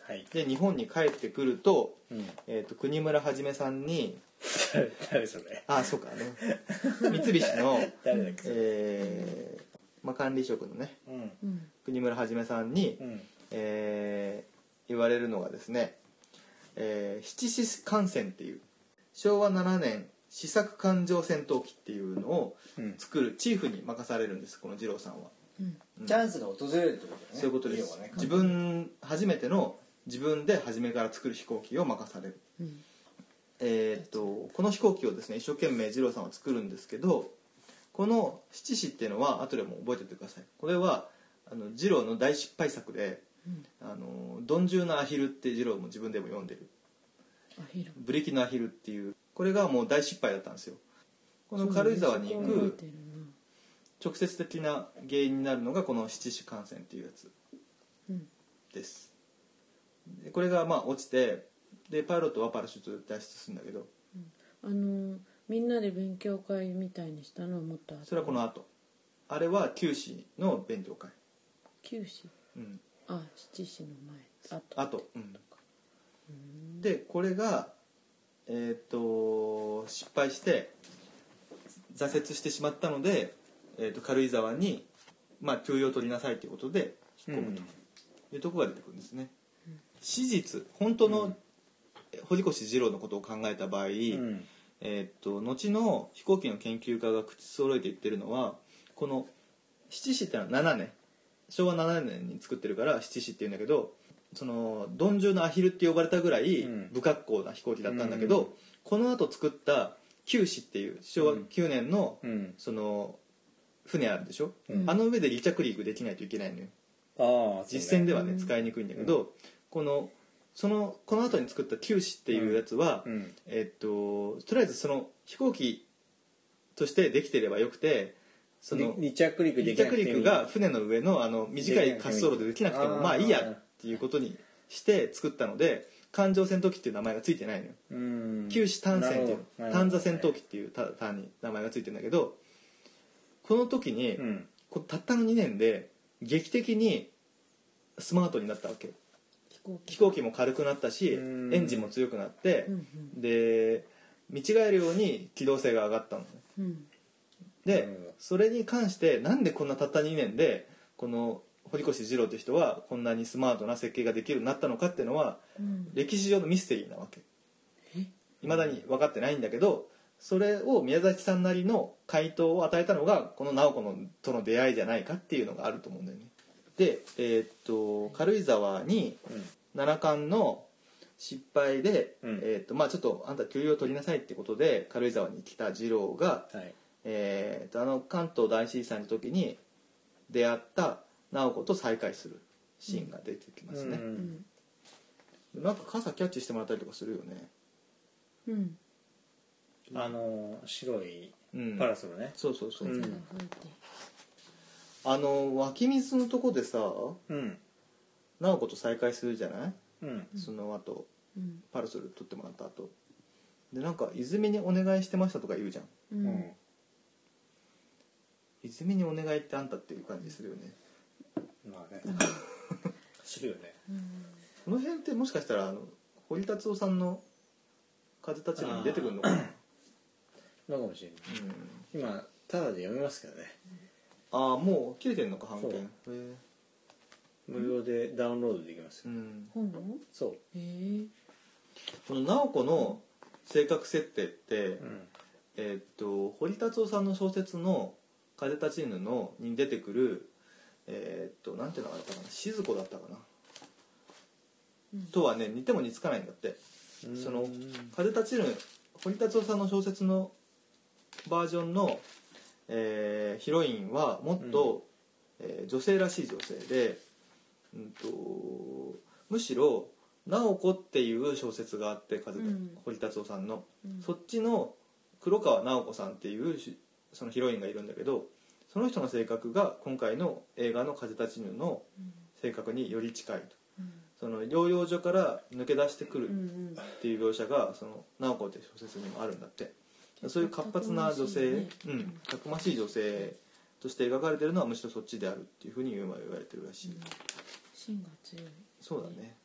はい、で日本に帰ってくると、うんえー、と国村はじめさんに誰それあそうかね三菱の、えーまあ、管理職のね、うん、国村はじめさんに、うんえー、言われるのがですね、えー、七支艦船っていうしょうわななねん試作艦上戦闘機っていうのを作るチーフに任されるんです、この次郎さんは。 うん、チャンスが訪れるってことだよね。 そういうことです、ね、自分初めての自分で初めから作る飛行機を任される、うん、えー、っとこの飛行機をですね一生懸命次郎さんは作るんですけど、この七支っていうのは後でも覚えておいてください。これはあの次郎の大失敗作で、うん、あの鈍重なアヒルって次郎も自分でも読んでる、 アヒルブリキのアヒルっていう、これがもう大失敗だったんですよ。この軽井沢に行く直接的な原因になるのがこの七支艦船っていうやつです、うん、でこれがまあ落ちて、でパイロットはパラシュートで脱出するんだけど、 うん、あのみんなで勉強会みたいにしたのはもっと後、 それはこの後、あれは九支の勉強会。 九支、うん、あ七支の前あと、うん、でこれがえっ、ー、と失敗して挫折してしまったので、えー、と軽井沢に、まあ、休養を取りなさいということで引っ込むというところが出てくるんですね、うん、史実本当の堀越二郎のことを考えた場合、うんえー、と後の飛行機の研究家が口揃えて言ってるのは、この七支ってのはななねんしょうわななねんに作ってるから七支っていうんだけど、その鈍重なアヒルって呼ばれたぐらい不格好な飛行機だったんだけど、うん、この後作った九支っていうしょうわきゅうねんの、うん、その船あるでしょ、うん、あの上で離着陸できないといけないのよ。あ、実戦ではね、うん、使いにくいんだけど、うん、このそのこの後に作った九支っていうやつは、うん、えっととりあえずその飛行機としてできてればよくて、その離着陸できなくて離着陸が船の上のあの短い滑走路でできなくてもまあいいやっていうことにして作ったので、艦上戦闘機っていう名前がついてないのよ。九支単戦っていう単座戦闘機っていう単に名前がついてるんだけど、この時に、うん、こたったのにねんで劇的にスマートになったわけ。飛行機、飛行機も軽くなったし、エンジンも強くなって、うんうん、で見違えるように機動性が上がったのね、うん、でそれに関してなんでこんなたったにねんでこの堀越二郎という人はこんなにスマートな設計ができるようになったのかっていうのは、うん、歴史上のミステリーなわけ。いまだに分かってないんだけど、それを宮崎さんなりの回答を与えたのがこの直子のとの出会いじゃないかっていうのがあると思うんだよね。で、えー、っと軽井沢に七冠の失敗で、うん、えー、っとまあちょっとあんた休養を取りなさいってことで軽井沢に来た二郎が、はい、えー、っとあの関東大震災の時に出会った直子と再会するシーンが出てきますね、うんうん、なんか傘キャッチしてもらったりとかするよね。 うん、 あの白いパラソルね、 うん、そうそうそう、うん、 あの湧き水のとこでさうん直子と再会するじゃない、 うんその後うんパルソル取ってもらった後でなんか泉にお願いしてましたとか言うじゃん。 うんうん泉にお願いってあんたっていう感じするよね。 まあねするよね。 この辺ってもしかしたらあの堀達夫さんの風立ちぬに出てくるのかな。 のかもしれない、今タダで読めますけどね。 ああもう切れてんのか版権。へえ。 無料でダウンロードできますよ、 うん。 本そうへえこの直子の性格設定って、 うんえーっと堀達夫さんの小説の「風立ちぬの」に出てくるえーっとなんていうのがあったかな、静子だったかな、 うんとはね似ても似つかないんだって。 うんその風立ちぬ堀達夫さんの小説のバージョンの、えーヒロインはもっと、えー女性らしい女性で、うんとむしろ「直子」っていう小説があって風、 うん、 堀達夫さんの、 うんそっちの黒川直子さんっていうしそのヒロインがいるんだけど、その人の性格が今回の映画の「風立ちぬ」の性格により近いと。 うんその療養所から抜け出してくるうんうんっていう描写がその直子っていう小説にもあるんだって。そういう活発な女性、 たくましいねうん、たくましい女性として描かれてるのはむしろそっちであるっていうふうに言われてるらしい、 うん芯が強いそうだね、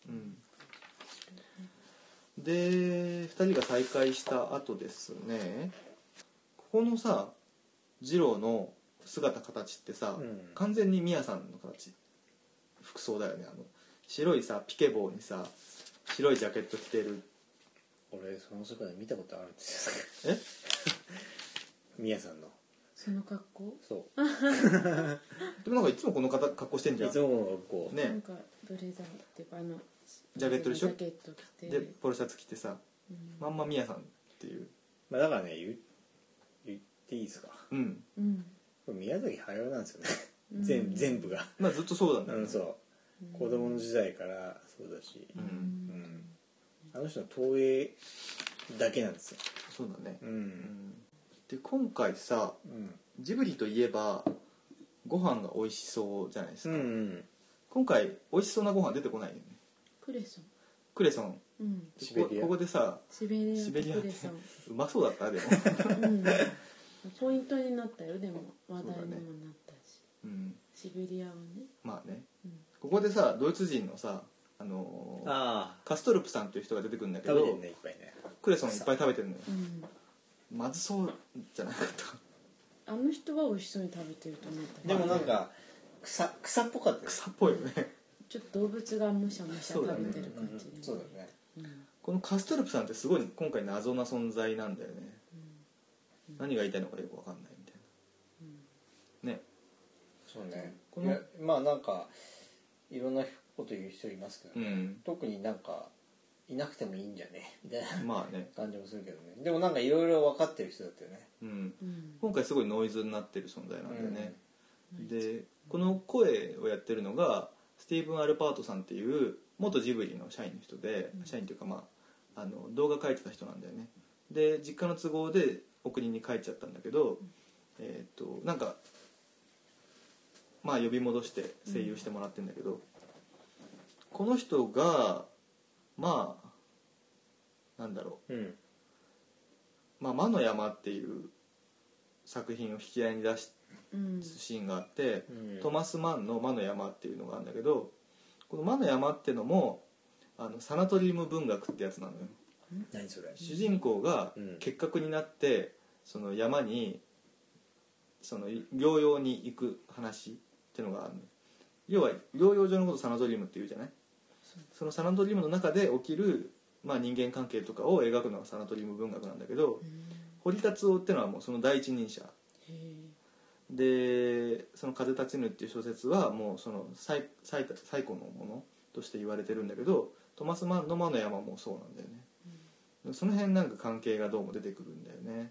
うん、でふたりが再会した後ですね、ここのさ二郎の姿形ってさ、 うん完全にミヤさんの形服装だよね。あの白いさピケ帽にさ白いジャケット着てる。 俺その姿見たことあるんですえよミヤさんのその格好そでもなんかいつもこの方格好してんじゃんういつものこうね。 なんかブレザーっていうかあのジャケットでしょジャケット着てでポロシャツ着てさ、 うんまんまミヤさんっていう。 まあだからね言う言っていいですか、 うんうんこれ宮崎駿なんですよねうん全全部がまあずっとそうなんだよね。 うんそう子供の時代からそうだし、 ううんうんあの人の投影だけなんですよ。 そうだね、 ううんんで今回さうんジブリといえばご飯が美味しそうじゃないですか、 うんうん今回美味しそうなご飯出てこないよね。 クレソンクレソンうんシベリアここここでさシベリアシベリアってとクレソンうまそうだったでも、 うんポイントになったよ。でも話題にもなったし、 うん、 シベリアはね、 まあねうんここでさドイツ人のさあのーあカストルプさんという人が出てくるんだあけど食べてるねいっぱいね。 クレソンいっぱい食べてるのよ。 うん、 まずそうじゃなかったあの人は美味しそうに食べてると思ったでもなんか草草っぽかったです。 草っぽいよねちょっと動物がむしゃむしゃ食べてる感じで、 そうだね。 うんこのカストルプさんってすごい今回謎な存在なんだよね、何が言いたいのかよく分かんないみたいなね。 そうね。 このいやまあなんかいろんなこと言う人いますけどね、 うん特になんかいなくてもいいんじゃねみたいなまあね、 感じもするけどね。でもなんかいろいろ分かってる人だったよね。 うん、 うん今回すごいノイズになってる存在なんだよね、 うんでこの声をやってるのがスティーブン・アルパートさんっていう元ジブリの社員の人で、 うん社員というかまああの動画描いてた人なんだよね。で実家の都合でお国に帰っちゃったんだけど、えーっとなんかまあ呼び戻して声優してもらってるんだけど、この人がまあなんだろう、 うんまあ、魔の山っていう作品を引き合いに出しうんシーンがあって、 うんトマス・マンの魔の山っていうのがあるんだけど、この魔の山ってのもあのサナトリウム文学ってやつなのよ。 何それ。 主人公がうん結核になってその山にその療養に行く話っていうのがあるの。要は療養所のことをサナトリウムっていうじゃない。そのサナトリウムの中で起きる、まあ、人間関係とかを描くのがサナトリウム文学なんだけど、堀達夫っていうのはもうその第一人者へで、その「風立ちぬ」っていう小説はもうその最最最古のものとして言われてるんだけど、トマス・マンの「魔の山」もそうなんだよね。その辺なんか関係がどうも出てくるんだよね。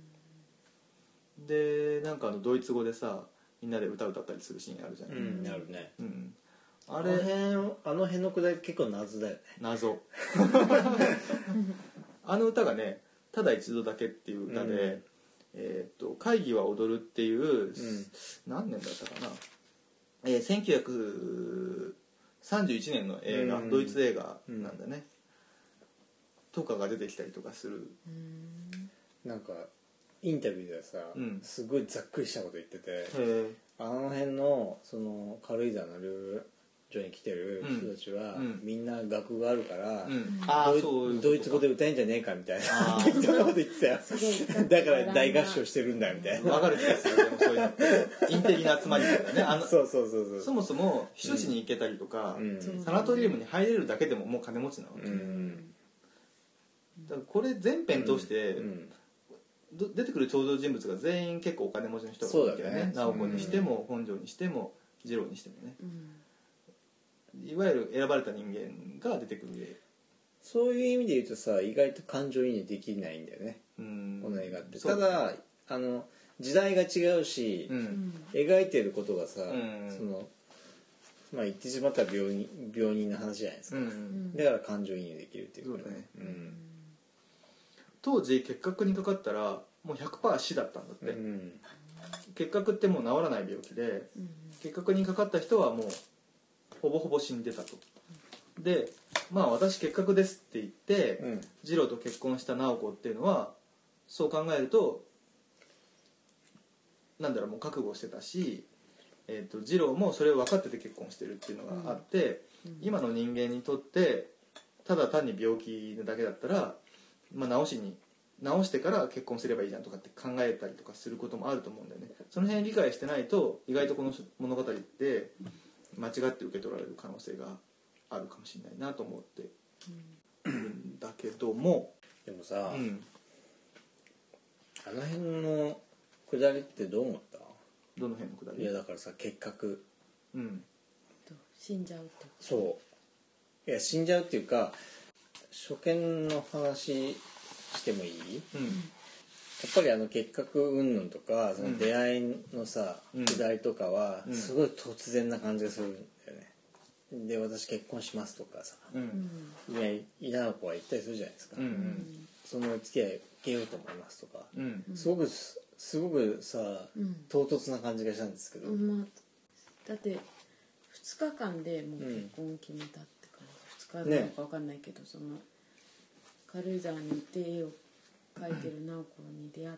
でなんかあのドイツ語でさみんなで歌歌ったりするシーンあるじゃん、 うんなるね。 うん、ああれの辺あの辺のくだり結構謎だよね。 謎あの歌がね「ただ一度だけ」っていう歌で、 うんえー、と会議は踊るっていう、 ん何年だったかなえー、せんきゅうひゃくさんじゅういちねんの映画、うん、ドイツ映画なんだね、うん、とかが出てきたりとかする。 なんかインタビューではさ、うん、すごいざっくりしたこと言ってて、あの辺のその軽井沢のルー所に来てる人たちは、うん、みんな学があるから、うん、ド, イドイツ語で歌えんじゃねえかみたいな適当なこと言ってたよだから大合唱してるんだみたいな。 分かる気がする。でもそういうのってインテリな集まりだよね。あのそうそうそうそう。 そもそも避暑地に行けたりとか、うん、サナトリウムに入れるだけでももう金持ちなわけ、うん、だからこれ全編通して、うんうん出てくる登場人物が全員結構お金持ちの人が多いけどね。直子にしても本庄にしても次郎にしてもね、うん、いわゆる選ばれた人間が出てくる。 そういう意味で言うとさ、意外と感情移入できないんだよね、うん、この映画って。ただあの時代が違うし、うん、描いてることがさ、うん、そのまあ言ってしまったら病人病人の話じゃないですか、うん、だから感情移入できるっていうかね。 当時結核にかかったらもう ひゃくパーセント 死だったんだって、うん、結核ってもう治らない病気で、うん、結核にかかった人はもうほぼほぼ死んでたと。でまあ私結核ですって言って、うん、次郎と結婚した直子っていうのはそう考えるとなんだろう、もう覚悟してたし、えーと、次郎もそれを分かってて結婚してるっていうのがあって、うん、今の人間にとってただ単に病気だけだったらまあ、治しに治してから結婚すればいいじゃんとかって考えたりとかすることもあると思うんだよね。その辺理解してないと意外とこの物語って間違って受け取られる可能性があるかもしれないなと思ってるんだけども、 でもさ、うん、あの辺のくだりってどう思った？ どの辺のくだり？ いやだからさ、結核、うん、 死んじゃうって。 そういや死んじゃうっていうか初見の話してもいい？うん、やっぱりあの結核云々とかその出会いのさ、うん、くだりとかはすごい突然な感じがするんだよね。で私結婚しますとかさ、うん、いや稲の子は言ったりするじゃないですか、うんうん、その付き合い受けようと思いますとか、うん、すごくすごくさ、うん、唐突な感じがしたんですけど、うんまあ、 だってふつかかんでもう結婚を決めたって感じ、うん、ふつかなのか分かんないけど、ね、その軽井沢に行って絵を描いてる直子に出会って、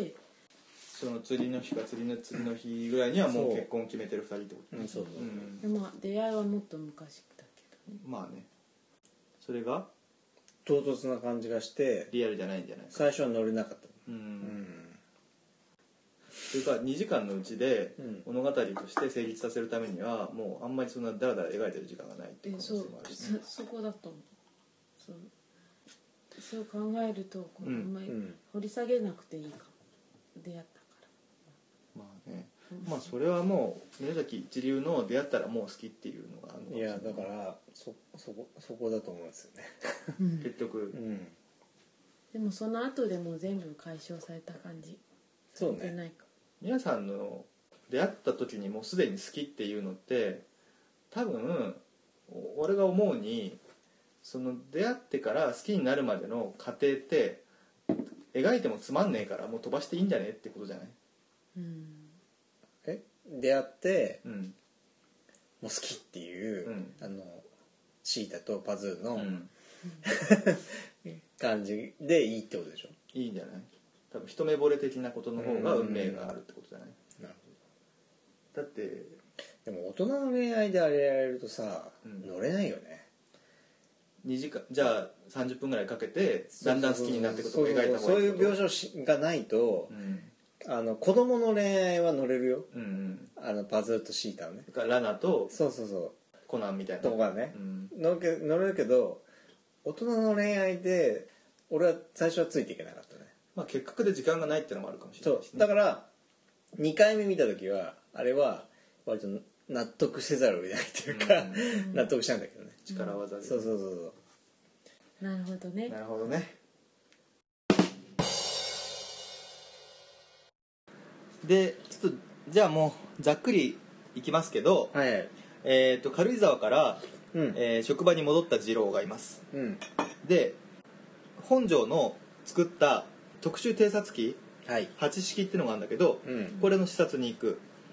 その釣りの日か釣りの次の日ぐらいにはもう結婚決めてるふたりってことね。そうそうそう、うん、 でも出会いはもっと昔だけどね。 まあね、それが唐突な感じがしてリアルじゃないんじゃないか。 最初は乗れなかった。うん、うん、 それからにじかんのうちで物語として成立させるためにはもうあんまりそんなダラダラ描いてる時間がないっていう可能性もあるし、ね、 そ, そこだと思う。そうそう考えるとこう、うん、あんまり掘り下げなくていいかも、出会ったから。 まあね、まあそれはもう宮崎一流の出会ったらもう好きっていうのがあるのかもしれない。 いやだからそそこそこだと思うんですよね結局、うん、 でもその後でもう全部解消された感じ。 そうね。ないか。 皆さんの出会った時にもうすでに好きっていうのって多分俺が思うにその出会ってから好きになるまでの過程って描いてもつまんねえからもう飛ばしていいんじゃねってことじゃない？うん、 え出会って、うん、もう好きっていう、うん、あのシータとパズーの、うん、感じでいいってことでしょ？ いいんじゃない？多分一目惚れ的なことの方が運命があるってことじゃない？うん、なるほど。だってでも大人の恋愛であれやれるとさ、うん、乗れないよね。 にじかんじゃあさんじゅっぷんぐらいかけてだんだん好きになっていくことを描いた方がいいってこと。 そういう描写がないと、うん、あの子供の恋愛は乗れるよ、うんうん、あのパズーとシータのね、 ラナとそうそうそうコナンみたいなとかね、うん、乗る乗れるけど大人の恋愛で俺は最初はついていけなかったね。 まあ結核で時間がないっていうのもあるかもしれないですね。 そうだからにかいめ見た時はあれは割と納得せざるを得ないというか、うん、納得したんだけどね、 力技で、 そうそうそうそう。 なるほどね。 なるほどね。でちょっとじゃあもうざっくりいきますけど、はい、えー、と軽井沢から、うん、えー、職場に戻った次郎がいます、うん、で本庄の作った特殊偵察機、はい、はち式っていうのがあるんだけど、うん、これの視察に行く。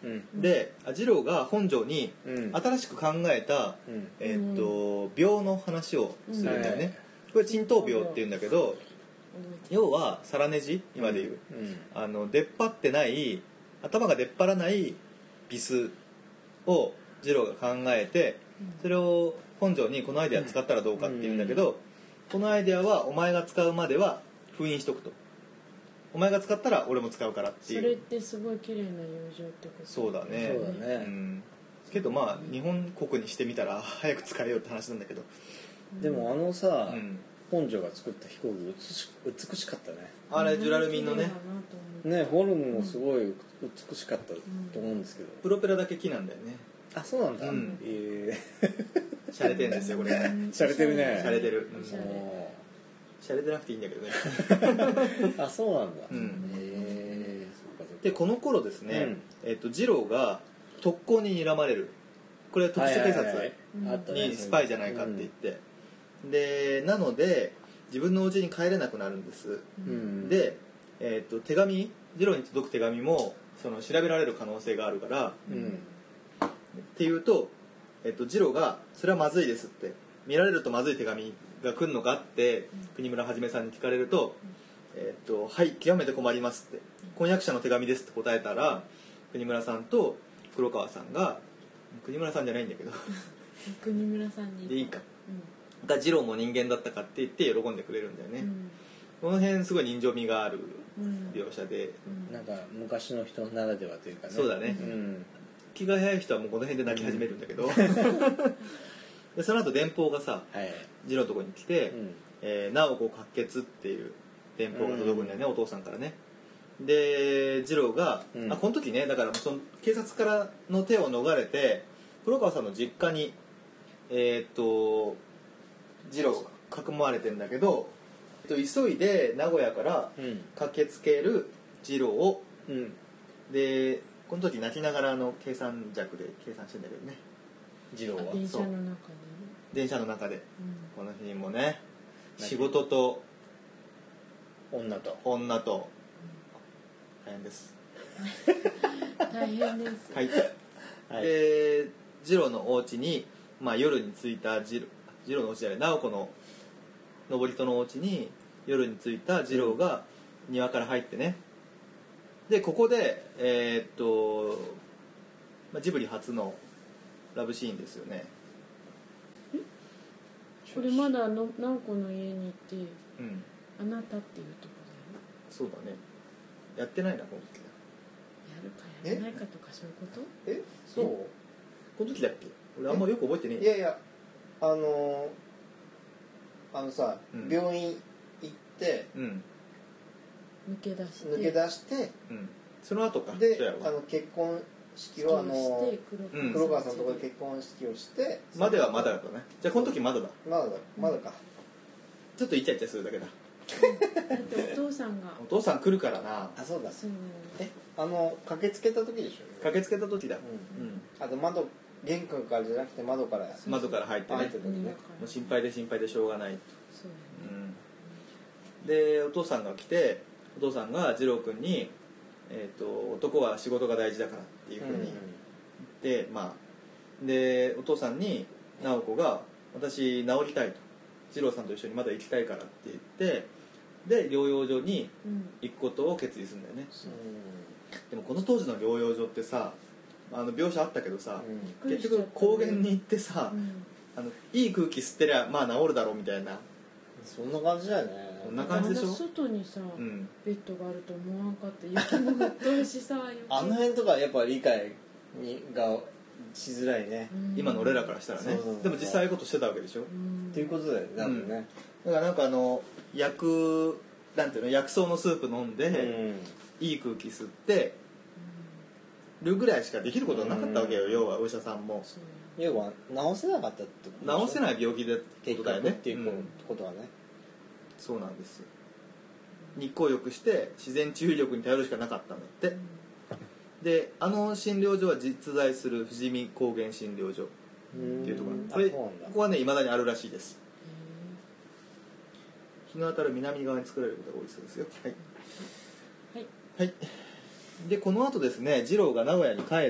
うんで二郎が本庄にうん新しく考えた、 うんえーっと病の話をするんだよね、 うんこれ鎮痛病っていうんだけど、 覚えて要はサラネジ今でいう、 うんあの出っ張ってない頭が出っ張らないビスを二郎が考えて、それを本庄にこのアイデア使ったらどうかっていうんだけど、このアイデアはお前が使うまでは封印しとくと、お前が使ったら俺も使うからってそれっいう。 てすごい綺麗な友情ってことそうだねそうだねうん、けどまあ日本国にしてみたら早く使えようって話なんだけど、 でもあのさ、 うん、 本庄が作った飛行機美し美しかったねあれジュラルミンのねねフォルムもすごい美しかったと思うんですけど、 プロペラだけ木なんだよね。 あそうなんだ、 うんえしゃれてんですよこれ。 しゃれてるねしゃれてるおしゃれえしゃれてなくていいんだけどねあそうなんだ、 うんえー、そっかそっかでこの頃ですね、えっと二郎が特攻に睨まれる。これは特殊警察はいはいはいあったねにスパイじゃないかって言って、でなので自分のお家に帰れなくなるんです、 うんで、えー、と手紙二郎に届く手紙もその調べられる可能性があるからうんっていうと、えー、と二郎がそれはまずいですって見られるとまずい手紙が来るのかって国村はじめさんに聞かれると、えー、とはい極めて困りますって婚約者の手紙ですって答えたら国村さんと黒川さんが国村さんじゃないんだけど国村さんにでいいかうが二郎も人間だったかって言って喜んでくれるんだよね、 んうんこの辺すごい人情味があるうん描写で、 うんなんか昔の人ならではというかねそうだねうん気が早い人はもうこの辺で泣き始めるんだけど、でその後電報がさはい二郎のところに来てうん 「えー、直子滑血」っていう電報が届くんだよね、お父さんからね。で二郎が、 うんあこの時ねだからその警察からの手を逃れて黒川さんの実家にえーっと二郎が囲まれてんだけど、えっと、急いで名古屋からうん駆けつける二郎をうんでこの時泣きながらあの計算尺で計算してんだけどね、 二郎はあ電車の中で電車の中でうんこの日にもね泣き仕事と女と女と大変です大変ですはい、 はいで次郎のお家に、まあ、夜に着いた次郎次郎のお家じゃない直子の登戸のお家に夜に着いた次郎が庭から入ってね、でここでえーっと、まあ、ジブリ初のラブシーンですよね。 これまだの直子の家に行ってうんあなたっていうとこそうだねやってないなこの時ろやるかやらないかとかそういうことえそうこの時だっけ俺あんまよく覚えてねえいやいやあのー、あのさ、 うん病院行ってうん抜け出して抜け出してうんその後かでそうやわあの結婚式式をあのしてうん黒川さんのところで結婚式をしてまではまだだったね。じゃあこの時まだだまだだまだか、 ちょっとイチャイチャするだけだ。 だってお父さんがお父さん来るからな。 あそうだそうえあの駆けつけた時でしょ駆けつけた時だ、 ううんんあと窓玄関からじゃなくて窓から窓から入ってね入ってる時ねもう心配で心配でしょうがないと、 そううん、でお父さんが来てお父さんが二郎君に、えーと「男は仕事が大事だから」っていうふうに言って、まあでお父さんに直子が「私治りたい」と「二郎さんと一緒にまだ行きたいから」って言ってで療養所にうん行くことを決意するんだよね。 うでもこの当時の療養所ってさあの描写あったけどさ、 んうん結局高原に行ってさ、 うんあのいい空気吸ってりゃまあ治るだろうみたいな、 そんな感じだよねそんな感じでしょあんな外にさ、 うん、 ベッドがあると思わんかった雪も降っとるしさあの辺とかやっぱ理解にがしづらいね、 うん今の俺らからしたらね、 そうそうそうでも実際ああいうことしてたわけでしょ、 うんっていうことだよね多分ね、 だからなんかあの薬なんていうの薬草のスープ飲んで、 うんいい空気吸ってるぐらいしかできることはなかったわけよ、 うん要はお医者さんもそう要は治せなかったってこと治せない病気でって結ことだよね局っていううんことはね、 そうなんですよ。日光浴して自然治癒力に頼るしかなかったんだって、であの診療所は実在する富士見高原診療所っうんていうところ、 あこれそうなんだここはねいまだにあるらしいです。日の当たる南側に作られることが多いそうですよ。はいはいはいでこの後ですね次郎が名古屋に帰って、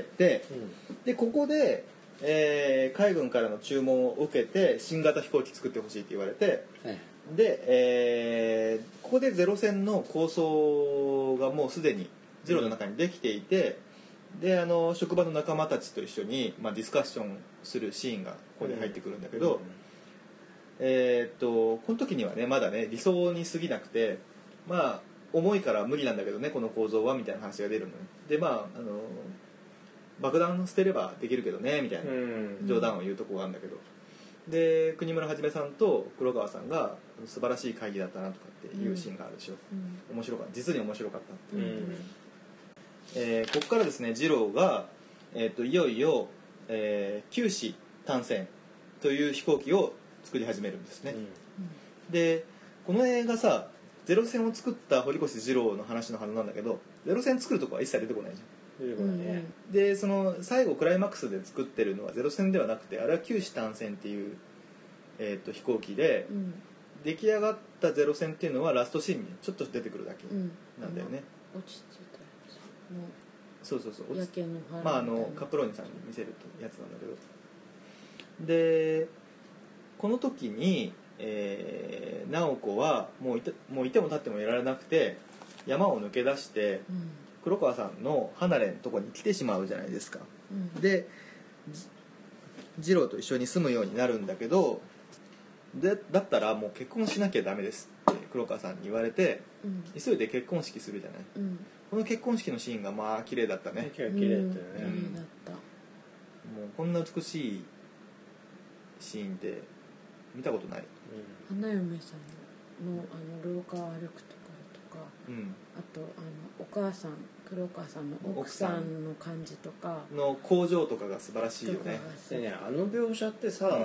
うん、でここで、えー、海軍からの注文を受けて新型飛行機作ってほしいって言われて、はい、で、えー、ここでゼロ戦の構想がもうすでに次郎の中にできていて、うん、であの職場の仲間たちと一緒に、まあ、ディスカッションするシーンがここで入ってくるんだけど、うんうん、えー、っとこの時にはねまだね理想に過ぎなくて、まあ重いから無理なんだけどねこの構造はみたいな話が出るので、まああの爆弾捨てればできるけどねみたいな冗談を言うとこがあるんだけど、で国村はじめさんと黒川さんが素晴らしい会議だったなとかっていうシーンがあるでしょ、うん、面白かった実に面白かったっていう、うんえー、ここからですね次郎が、えー、といよいよ、えー、九死単戦という飛行機を作り始めるんですね、うん、でこの映画さゼロ戦を作った堀越二郎の話のはずなんだけどゼロ戦作るとこは一切出てこないじゃん。出てこないね、うん、でその最後クライマックスで作ってるのはゼロ戦ではなくてあれは九死単戦っていう、えー、と飛行機で、うん、出来上がったゼロ戦っていうのはラストシーンにちょっと出てくるだけなんだよね、 うん、落ち着いたやつもうそうそうそう夜景の原まああのカプローニさんに見せるやつなんだけどでこの時にえー、直子はもういて、もういても立ってもいられなくて山を抜け出して、うん、黒川さんの離れのとこに来てしまうじゃないですか、うん、で次郎と一緒に住むようになるんだけどでだったらもう結婚しなきゃダメですって黒川さんに言われて、うん、急いで結婚式するじゃない、うん、この結婚式のシーンがまあ綺麗だったね。綺麗だったよね、うん、綺麗だった。もうこんな美しいシーンで見たことない、 うん、花嫁さんのあの廊下を歩くところとか、うん、あとあのお母さん黒川さんの奥さんの感じとかの工場とかが素晴らしいよね。 ねあの描写ってさ、うん、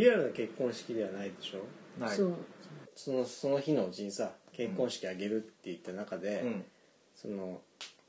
リアルな結婚式ではないでしょ。ない。そうそのその日のうちにさ結婚式あげるって言った中で、うん、その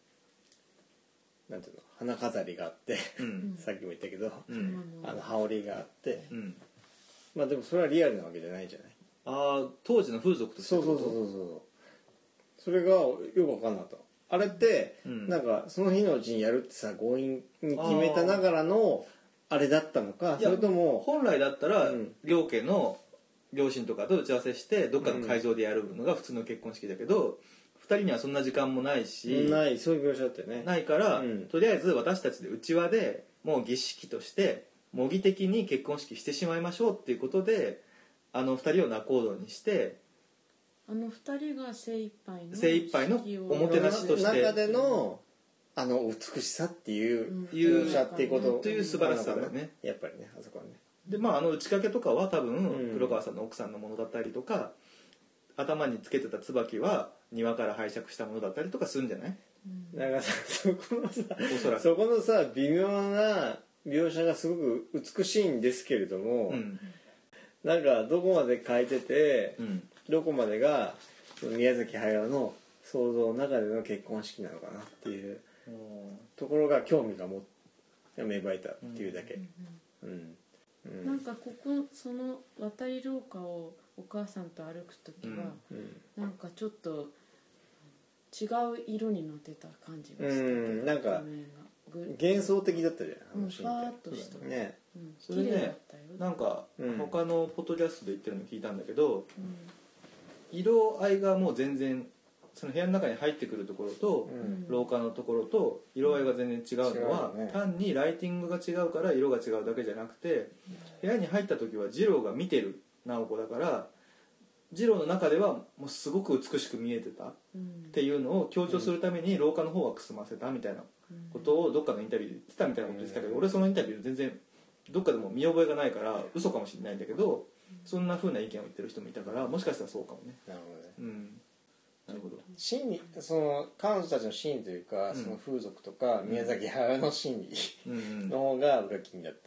なんていうの花飾りがあって、うん、さっきも言ったけど、うん、あの羽織があって、うんまあでもそれはリアルなわけじゃないじゃない。 ああ当時の風俗としてそうそうそうそうそうそれがよく分かんなかった。あれって、うん、なんかその日のうちにやるってさ強引に決めたながらのあれだったのかそれとも本来だったら、うん、両家の両親とかと打ち合わせしてどっかの会場でやるのが普通の結婚式だけど、うん、ふたりにはそんな時間もないしないそういう描写だったよね。 ないから、うん、とりあえず私たちで内輪でもう儀式として模擬的に結婚式してしまいましょうっていうことであのふたりを仲人にしてあのふたりが精一杯の精一杯のおもてなしとして中でのあの美しさっていう描写っていうことという素晴らしさだよねやっぱりねあそこはね。 でまああの打ち掛けとかは多分黒川さんの奥さんのものだったりとか、うん、頭につけてた椿は庭から拝借したものだったりとかするんじゃない？ うん、だからさそこのさそこのさ微妙な描写がすごく美しいんですけれども、うん、なんかどこまで書いてて、うん、どこまでが宮崎駿の想像の中での結婚式なのかなっていうところが興味がも芽生えたっていうだけ、うんうんうん、なんかここその渡り廊下をお母さんと歩く時は、うんうん、なんかちょっと違う色に乗ってた感じがしたけど、うん、 なんか幻想的だったじゃん、あのシーンって。 ファーっとしたね、うん、それねなんか他のポッドキャストで言ってるの聞いたんだけど、うん、色合いがもう全然その部屋の中に入ってくるところと、うん、廊下のところと色合いが全然違うのは、ね、単にライティングが違うから色が違うだけじゃなくて、部屋に入った時は二郎が見てる直子だから二郎の中ではもうすごく美しく見えてたっていうのを強調するために廊下の方はくすませたみたいなことをどっかのインタビューで言ってたみたいなこと言ってたけど、俺そのインタビュー全然どっかでも見覚えがないから嘘かもしれないんだけど、そんな風な意見を言ってる人もいたからもしかしたらそうかもね。 なるほどね、 うん、なるほど。 心理その彼女たちの心理というか、うん、その風俗とか宮崎駿の心理の方が僕は気になった。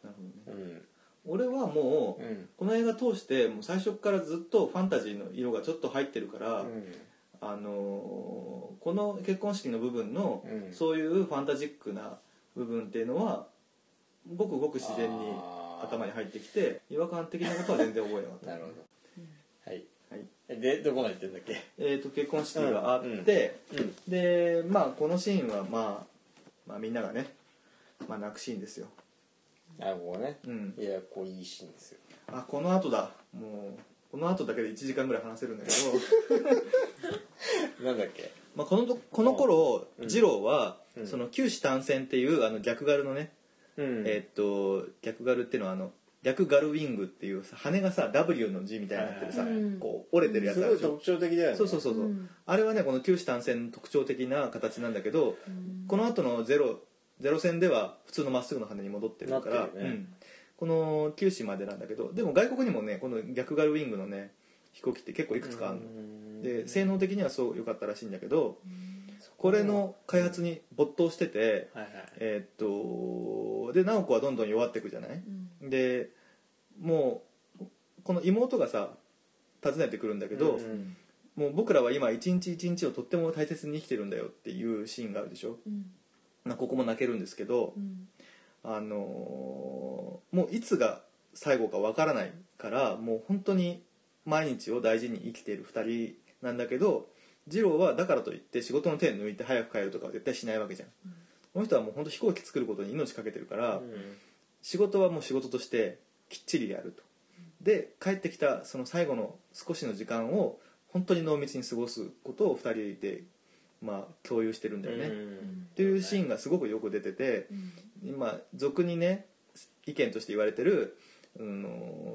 なるほどね、うん俺はもう、うん、この映画通してもう最初からずっとファンタジーの色がちょっと入ってるから、うん、あのー、この結婚式の部分の、うん、そういうファンタジックな部分っていうのはごくごく自然に頭に入ってきて違和感的なことは全然覚えなかった。 なるほど、はい、 はい、 でどこまで行ってんだっけ。 えーと結婚式があって、 うんうん、 でまあこのシーンは、まあ、まあみんながね、まあ、泣くシーンですよ。 あ、ここね、 うん、 いやこういいシーンですよ。 あ、この後だ、もうこの後だけでいちじかんぐらい話せるんだけどなんだっけ、 まあこのこの頃、うん、二郎は、 うん、 その九死単線っていうあの逆ガルのね、 うん、 えー、っと逆ガルっていうのはあの逆ガルウィングっていう羽がさ ダブリュー の字みたいになってるさ、はいはいはい、こう折れてるやつあるでしょ。 すごい特徴的だよね。 そうそうそうそう、うん、あれはねこの九死単線の特徴的な形なんだけど、うん、この後のゼロゼロ線では普通のまっすぐの羽に戻ってるから、ね、うん、この九死までなんだけど、でも外国にもねこの逆ガルウィングのね飛行機って結構いくつかあるので、性能的にはそう良かったらしいんだけど、これの開発に没頭してて、 はいはい、 えー、っとで直子はどんどん弱っていくじゃない、うん、でもうこの妹がさ訪ねてくるんだけど、うん、もう僕らは今一日一日をとっても大切に生きてるんだよっていうシーンがあるでしょ、うん、まあ、ここも泣けるんですけど、うん、あのー、もういつが最後かわからないからもう本当に毎日を大事に生きているふたりなんだけど、次郎はだからといって仕事の手を抜いて早く帰るとかは絶対しないわけじゃん、うん、この人はもう本当飛行機作ることに命かけてるから、うん、仕事はもう仕事としてきっちりやると、うん、で帰ってきたその最後の少しの時間を本当に濃密に過ごすことをふたりで、まあ、共有してるんだよね、うん、っていうシーンがすごくよく出てて、うん、今俗にね意見として言われてる、うん、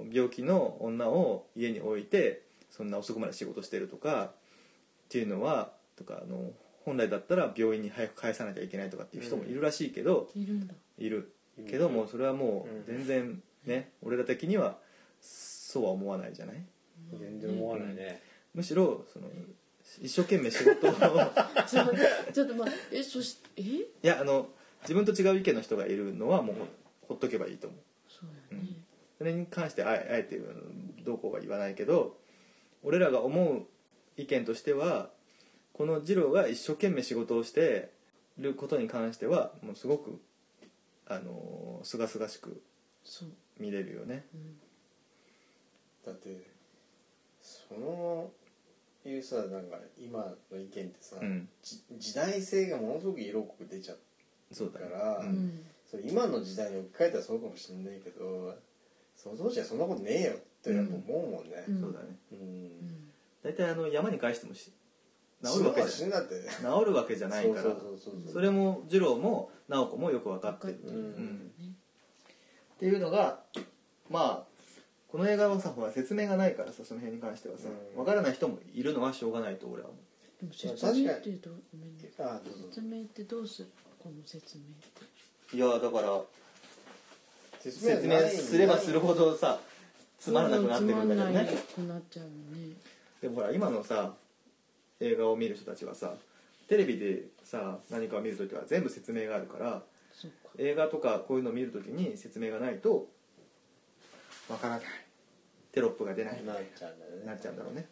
病気の女を家に置いてそんな遅くまで仕事してるとかっていうのはとかあの本来だったら病院に早く返さなきゃいけないとかっていう人もいるらしいけど、 うん、いるんだいるけどもそれはもう全然ね、うん、俺ら的にはそうは思わないじゃない。 全然思わないね、 うん、むしろその一生懸命仕事をちょちょっと待ってえそしえいやあの自分と違う意見の人がいるのはもうほっとけばいいと思う。 そうやね、うん、 それに関してあえてどうこうは言わないけど、俺らが思う意見としてはこの次郎が一生懸命仕事をしてることに関してはもうすごくあのすがすがしく見れるよね、うん、 だってそのいうさなんか今の意見ってさ、うん、時代性がものすごく色濃く出ちゃうから、うん、それ今の時代に置き換えたらそうかもしれないけどその当時はそんなことねえよってやっぱ思うもんね、 うん、そうだね、うん、だいたいあの山に返してもし治るわけじゃ治るわけじゃないからそれも次郎も直子もよく分かってる、うんうん、っていうのがまあこの映画はさほら説明がないからさその辺に関してはさ、うん、分からない人もいるのはしょうがないと俺は思う。 でも説明ってどう説明ってどうするこの説明っていやだから説明すればするほどさつまらなくなってくるんだけどね。 つまんなくなっちゃうよね。 でもほら今のさ映画を見る人たちはさテレビでさ何かを見るときは全部説明があるから映画とかこういうのを見るときに説明がないとわからないテロップが出ないなっちゃうんだろうね。 なっちゃうんだろうね。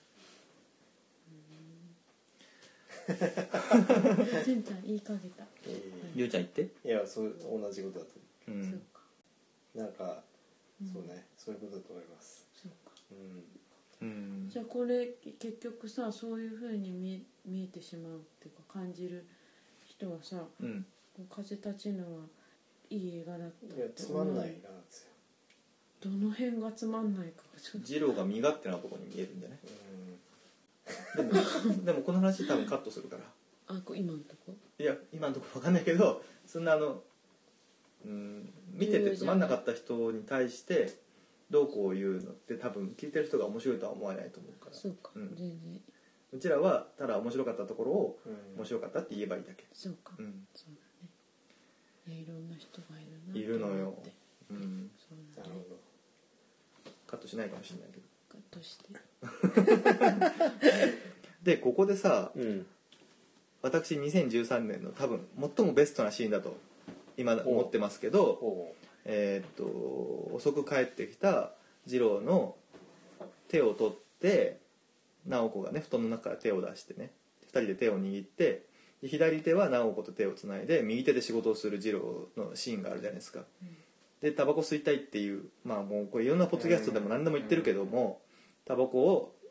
じゅんちゃん言いかけた。 ゆうちゃん言って。 いやそう同じことだと思う、うん、そうかなんか、うん、そうねそういうことだと思います。 そうか、 うん、 じゃあこれ結局さそういう風に 見, 見えてしまうっていうか感じる人はさ、うん、風立ちぬはいい映画だったって。 いやつまんない映画なんですよ。 どの辺がつまんないか次郎が身勝手なところに見えるんじゃない、うん、でもでもこの話多分カットするからあ今のとこいや今のとこ分かんないけどそんなあの、うん、見ててつまんなかった人に対してどうこう言うのって多分聞いてる人が面白いとは思わないと思うからそうか、うん、全然うちらはただ面白かったところを面白かったって言えばいいだけ。 そうか、うん、そうだね。いやいろんな人がいるな。 いるのよ。うん。 そうだね。なるほど。 カットしないかもしれないけど。 カットして。 でここでさ、うん、私にせんじゅうさんねんの多分最もベストなシーンだと今思ってますけど、えー、っと遅く帰ってきた次郎の手を取って直子がね布団の中から手を出してねふたりで手を握って左手は直子と手をつないで右手で仕事をする次郎のシーンがあるじゃないですか、うん、でタバコ吸いたいっていうまあもうこれいろんなポッドキャストでも何でも言ってるけどもタバコを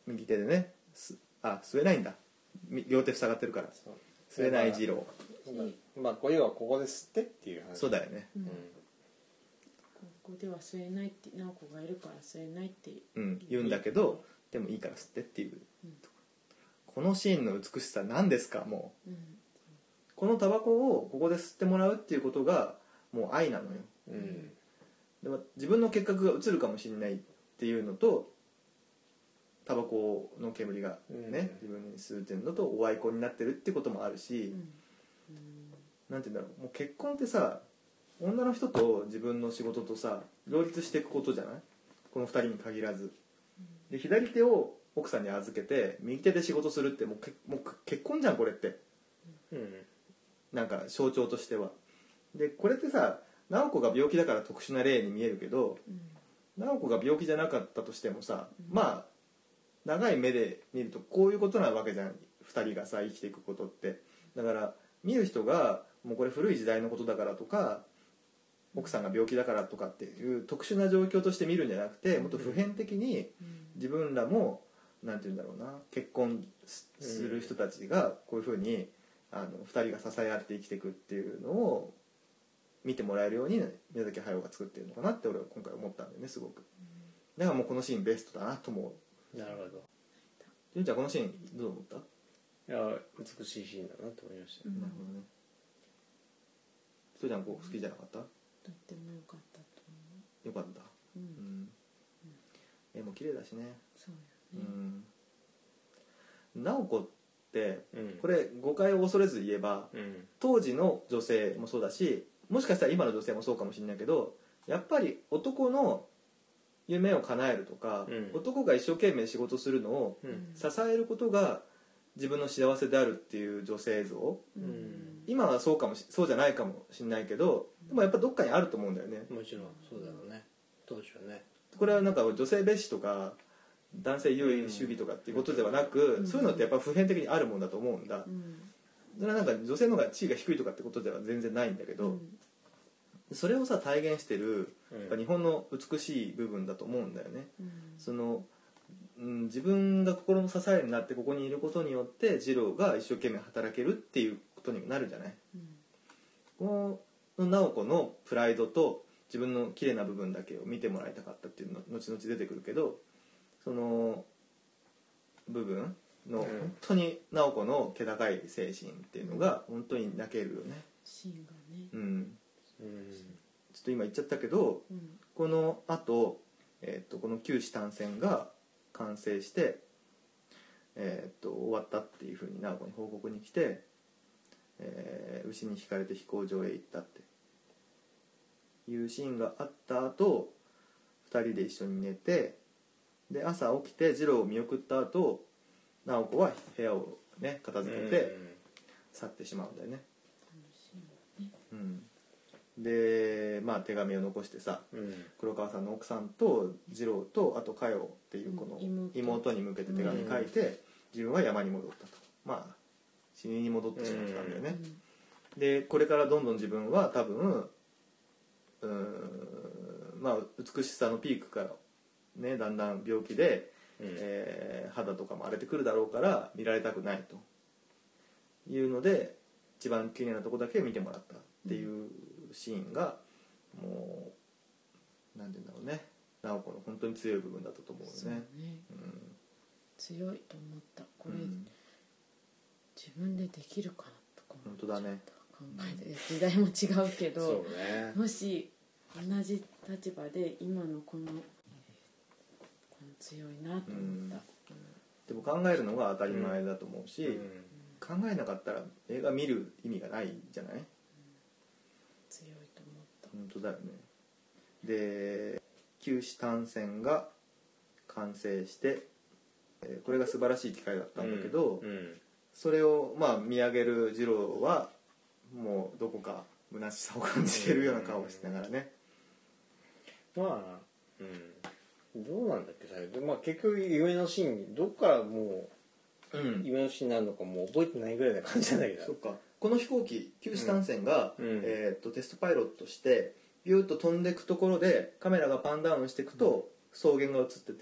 右手でねすあ吸えないんだみ両手塞がってるからそう吸えない二郎まあこれはここで吸ってっていう話そうだよねうんここでは吸えないって直子がいるから吸えないってうん言うんだけどでもいいから吸ってっていう、 うんこのシーンの美しさ何ですかもううんこのタバコをここで吸ってもらうっていうことがもう愛なのようんでも自分の結核が移るかもしれないっていうのとタバコの煙がね、 うん自分に吸うっていうのとおあいこになってるってこともあるし、 うんなんて言うんだろうもう結婚ってさ女の人と自分の仕事とさ両立していくことじゃないこのふたりに限らずで左手を奥さんに預けて右手で仕事するってもうけもう結婚じゃんこれってうんなんか象徴としてはでこれってさ直子が病気だから特殊な例に見えるけどうん直子が病気じゃなかったとしてもさ、まあ長い目で見るとこういうことなわけじゃんふたりがさ生きていくことってだから見る人がもうこれ古い時代のことだからとか奥さんが病気だからとかっていう特殊な状況として見るんじゃなくてもっと普遍的に自分らもなんて言うんだろうな結婚する人たちがこういうふうにあのふたりが支え合って生きていくっていうのを見てもらえるように宮崎駿が作ってるのかなって俺は今回思ったんだよねすごくだからもうこのシーンベストだなと思うなるほど純ちゃんこのシーンどう思った、 いや美しいシーンだなと思いましたようんなるほどねひとちゃんこう好きじゃなかったとっても良かったと思よかったううんうん絵も綺麗だしねそううよねん直子ってうんこれ誤解を恐れず言えばうん当時の女性もそうだしもしかしたら今の女性もそうかもしれないけどやっぱり男の夢を叶えるとか、 うん男が一生懸命仕事するのをうん支えることが自分の幸せであるっていう女性像うん今はそうかもしそうじゃないかもしれないけどでもやっぱどっかにあると思うんだよねもちろんそうだろうね当時はねこれはなんか女性蔑視とか男性優位主義とかっていうことではなく、 うんそういうのってやっぱ普遍的にあるもんだと思うんだ、 うんそれはなんか女性の方が地位が低いとかってことでは全然ないんだけど、 うんそれをさ体現してるうんやっぱ日本の美しい部分だと思うんだよね、 うんその、うん、自分が心の支えになってここにいることによって二郎が一生懸命働けるっていうことにもなるじゃないこの直子のプライドと自分の綺麗な部分だけを見てもらいたかったっていうの後々出てくるけどその部分の本当に直子の気高い精神っていうのが本当に泣けるよねシーンがねうんうんちょっと今言っちゃったけどうんこのあと、えー、とこの九死単線が完成して、えー、と終わったっていうふうに直子に報告に来て、えー牛に引かれて飛行場へ行ったっていうシーンがあった後ふたりで一緒に寝てで朝起きて次郎を見送った後直子は部屋をね片付けて去ってしまうんだよね、うん、でまあ手紙を残してさうん黒川さんの奥さんと次郎とあと佳代っていうこのうん妹妹に向けて手紙書いて自分は山に戻ったとまあ死にに戻ってしまったんだよね、でこれからどんどん自分は多分うーんまあ美しさのピークからねだんだん病気で、 うんえー肌とかも荒れてくるだろうから見られたくないというので一番綺麗なとこだけ見てもらったっていうシーンがもうなんて言うんだろうね直子の本当に強い部分だったと思うそうねよね。うん強いと思ったこれ、 うん自分でできるかなとか思っちゃった本当だね考えて時代も違うけそうどねもし同じ立場で今のこのこの強いなと思った、 でも考えるのが当たり前だと思うし、 うん考えなかったら映画見る意味がないじゃない強いと思った本当だよねで九死単線が完成してえーこれが素晴らしい機会だったんだけど、 うんそれをまあ見上げる次郎はもうどこか虚しさを感じてるような顔をしながらね、 まあうんどうなんだっけ最後でまあ結局夢のシーンにどっからもううん夢のシーンになるのかもう覚えてないぐらいな感じなんだけどそっかこの飛行機九死単線が、 うんえー、とテストパイロットしてビューッと飛んでいくところでカメラがパンダウンしていくと草原が映ってて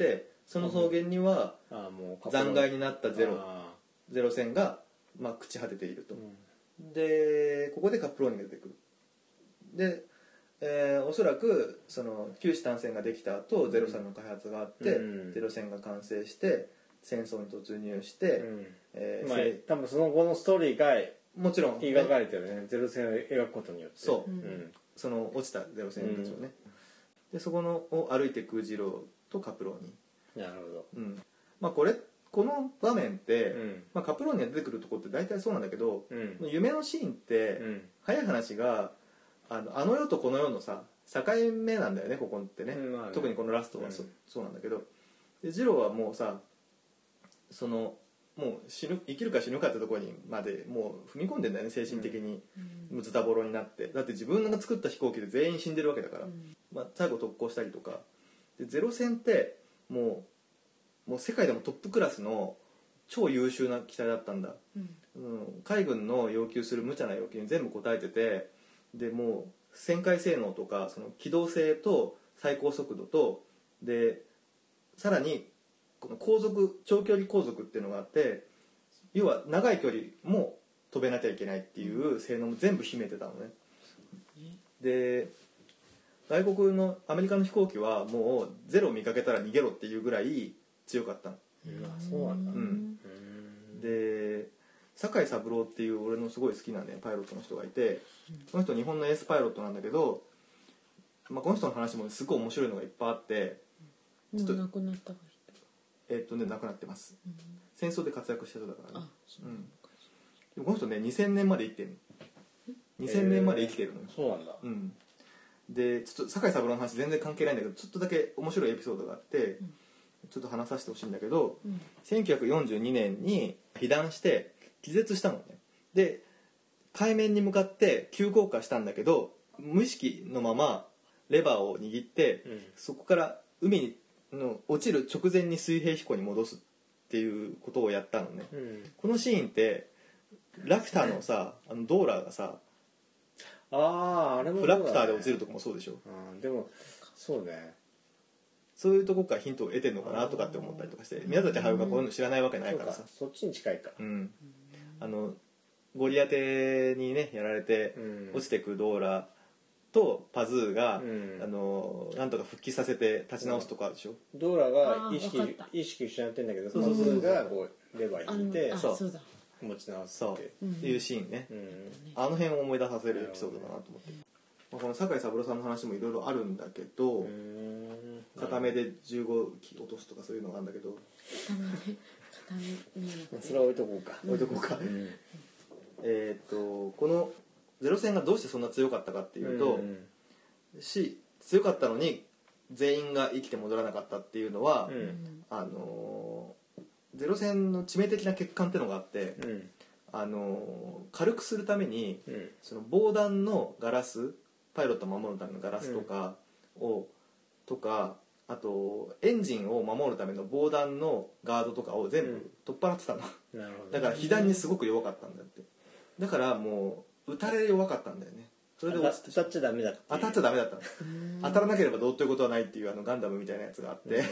その草原にはああもう残骸になったゼロあゼロ戦が、まあ、朽ち果てていると、 ーうんでここでカプローニが出てくるで、えーおそらくその九死単戦ができた後ゼロさんの開発があって、 うんゼロ戦が完成して戦争に突入して、 うんえーまあせ多分その後のストーリーがもちろん描かれてるねゼロ戦を描くことによってそううんその落ちたゼロ戦たちをね、でそこのを歩いていくジローとカプローニ、 なるほどうんまあ、これこの場面って、 うんまあ、カプローニが出てくるとこって大体そうなんだけど、 うん夢のシーンって、 うん早い話があのあの世とこの世のさ境目なんだよねここってね、 うんまあね特にこのラストはそ,、 うんそうなんだけどでジローはもうさそのもう死ぬ生きるか死ぬかってところにまでもう踏み込んでんだよね精神的に、もうズタボロになってだって自分が作った飛行機で全員死んでるわけだから、まあ、最後特攻したりとかでゼロ戦ってもうもう世界でもトップクラスの超優秀な機体だったんだ、 うんうん、海軍の要求する無茶な要求に全部応えててでもう旋回性能とかその機動性と最高速度とでさらにこの航続長距離航続っていうのがあって要は長い距離も飛べなきゃいけないっていう性能も全部秘めてたのね。で外国のアメリカの飛行機はもうゼロを見かけたら逃げろっていうぐらい強かったの。 うんあそうなんだうんうんで酒井三郎っていう俺のすごい好きなねパイロットの人がいてこの人日本のエースパイロットなんだけど、まあ、この人の話もすごい面白いのがいっぱいあってもう亡くなった人えーっとね亡くなってます、 うん戦争で活躍した人だからねあそうなのかでもこの人ねにせんねんまで生きてるのにせんねんまで生きてるのよ、 そうなんだうん、でちょっと酒井三郎の話全然関係ないんだけどちょっとだけ面白いエピソードがあって、 うんちょっと話させてほしいんだけど、 うんせんきゅうひゃくよんじゅうにねんに被弾して気絶したのねで海面に向かって急降下したんだけど無意識のままレバーを握って、 うんそこから海にの落ちる直前に水平飛行に戻すっていうことをやったのね、 うんこのシーンってラピュタのさあのドーラーがさあああれもフラクターで落ちるとこもそうでしょうんでもそうねそういうとこからヒントを得てんのかなとかって思ったりとかして宮崎駿がこういうの知らないわけないからさそうかそっちに近いかうんあのゴリアテにねやられてうん落ちてくドーラとパズーが、 うんあのなんとか復帰させて立ち直すとかあるでしょ、 ドーラが意あー識わかった意識失ってんだけどそうそうそうパズーがこうレバーあ引いてのあそうそうだ持ち直すそうってうんっていうシーンね、 うんあの辺を思い出させるエピソードだなと思って、まあ、この酒井三郎さんの話もいろいろあるんだけど、 うーん片目でじゅうごき落とすとかそういうのがあるんだけど、 片目で片目見えなくてそれは置いとこうか置いとこうか、 うんえーっとこのゼロ戦がどうしてそんな強かったかっていうと、 うんし強かったのに全員が生きて戻らなかったっていうのは、 ううんんあのーゼロ戦の致命的な欠陥っていうのがあって、 うんあのー軽くするためにうんその防弾のガラスパイロットを守るためのガラスとかを、とかあとエンジンを守るための防弾のガードとかを全うん部取っ払ってたの、 なるほどだから被弾にすごく弱かったんだってだからもう撃たれ弱かったんだよねそれで落ちて当たっちゃダメだっていう当たっちゃダメだったのうん当たらなければどうということはないっていうあのガンダムみたいなやつがあって、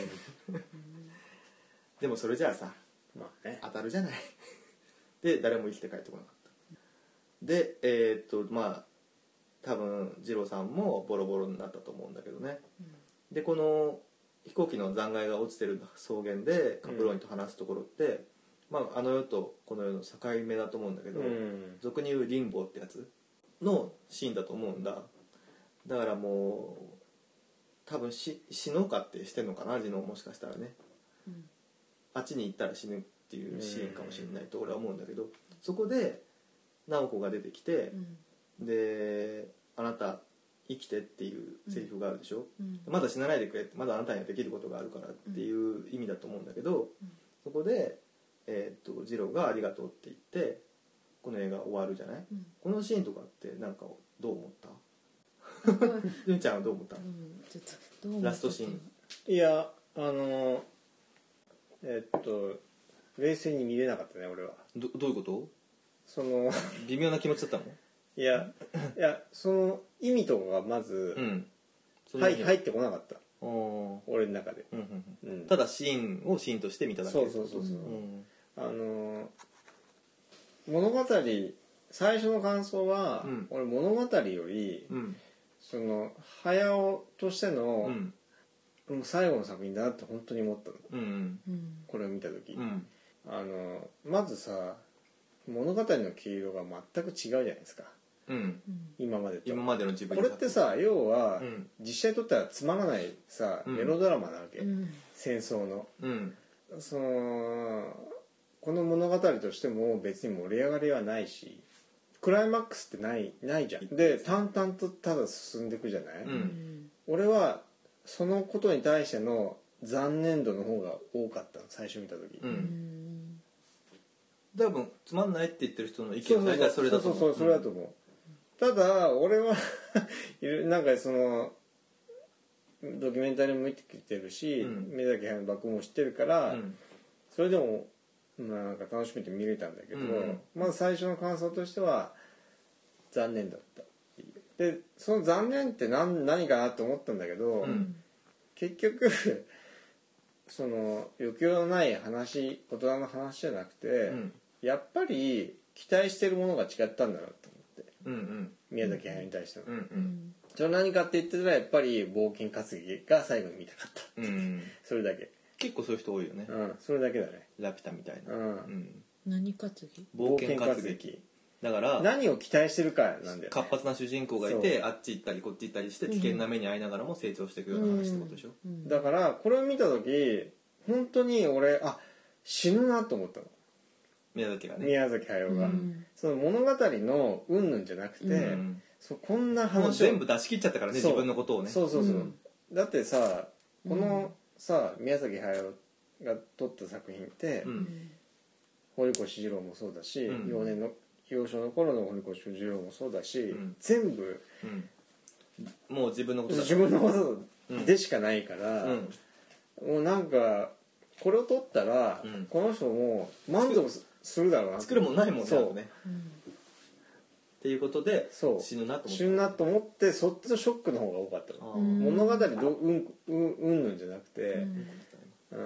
でもそれじゃあさまあね当たるじゃないで誰も生きて帰ってこなかったでえーっとまあ多分二郎さんもボロボロになったと思うんだけどね、でこの飛行機の残骸が落ちてる草原でカプローニと話すところって、まあ、あの世とこの世の境目だと思うんだけど、 うん俗に言うリンボーってやつのシーンだと思うんだだからもう多分し死のうかってしてんのかなジノもしかしたらねうんあっちに行ったら死ぬっていうシーンかもしれないと俺は思うんだけどそこで直子が出てきてう、んであなた生きてっていうセリフがあるでしょ、 うんまだ死なないでくれってまだあなたにはできることがあるからっていう意味だと思うんだけど、そこで、えー、とジローがありがとうって言ってこの映画終わるじゃない、 うんこのシーンとかってなんかどう思ったあこれうんゆんちゃんはどう思ったちょっとどう思ったラストシーンいやあのえっと冷静に見れなかったね俺はどどういうことその微妙な気持ちだったのいやいやその意味とかがまず、 うんはい入ってこなかったうお俺の中で、 ーうんうんうんうん、 ただシーンをシーンとして見ただけ。 そうそうそうそう、 うんあの物語最初の感想は、 うん俺物語より、 うんその早尾としての、 うんもう最後の作品だなって本当に思ったの、 うんうんこれを見た時、 うんあのまずさ物語の毛色が全く違うじゃないですかうん今までと。 今までの自分これってさ要は、 うん実写にとってはつまらないさ、 うんメロドラマなわけ、 うん戦争のうんそのこの物語としても別に盛り上がりはないしクライマックスってないないじゃん。で淡々とただ進んでいくじゃない、 ううんん俺はそのことに対しての残念度の方が多かったの最初見た時、 ううんん多分つまんないって言ってる人の意そうそう見大体それだと思う。 そうそうそれだと思う、ただ俺はいるなんかそのドキュメンタリーも見てきてるし、 うん目崎駿の爆も知ってるから、 うんそれでもまあなんか楽しめて見れたんだけど、 うんまず最初の感想としては残念だったっていうでその残念って何何かなって思ったんだけど、 うん結局その余興のない話大人の話じゃなくて、 うんやっぱり期待してるものが違ったんだなと思ってうんうん宮崎駿に対しての、 うんううんんそれは何かって言ってたらやっぱり冒険活劇が最後に見たかったうんそれだけ、 結構そういう人多いよね。 うん、それだけだね、 ラピュタみたいな。 うんうん何担ぎ冒険活劇だから何を期待してるかなんだよね。 活発な主人公がいてあっち行ったりこっち行ったりして危険な目に遭いながらも成長していくような話ってことでしょ。 うんだからこれを見た時本当に俺あ死ぬなと思ったの、 宮崎がね。 宮崎駿が、 うんその物語の云々じゃなくて、 うんそうこんなもう話を全部出し切っちゃったからねそう自分のことをね。 そうそうそう、 うんだってさこのさ宮崎駿が撮った作品って、 ううんん堀越二郎もそうだし、 うん幼年の幼少の頃の堀越二郎もそうだし、 ん全部うんもう自分のことだ自分のことでしかないから、 うんもうなんかこれを撮ったら、 うんこの人も満足するだろうな作るもんないもんね。 そうあとねうんっていうことでそう死ぬなと思って。 死ぬなと思ってそっちのショックの方が多かったの、 あーうん物語どうんうんうんぬんじゃなくて、 うんうん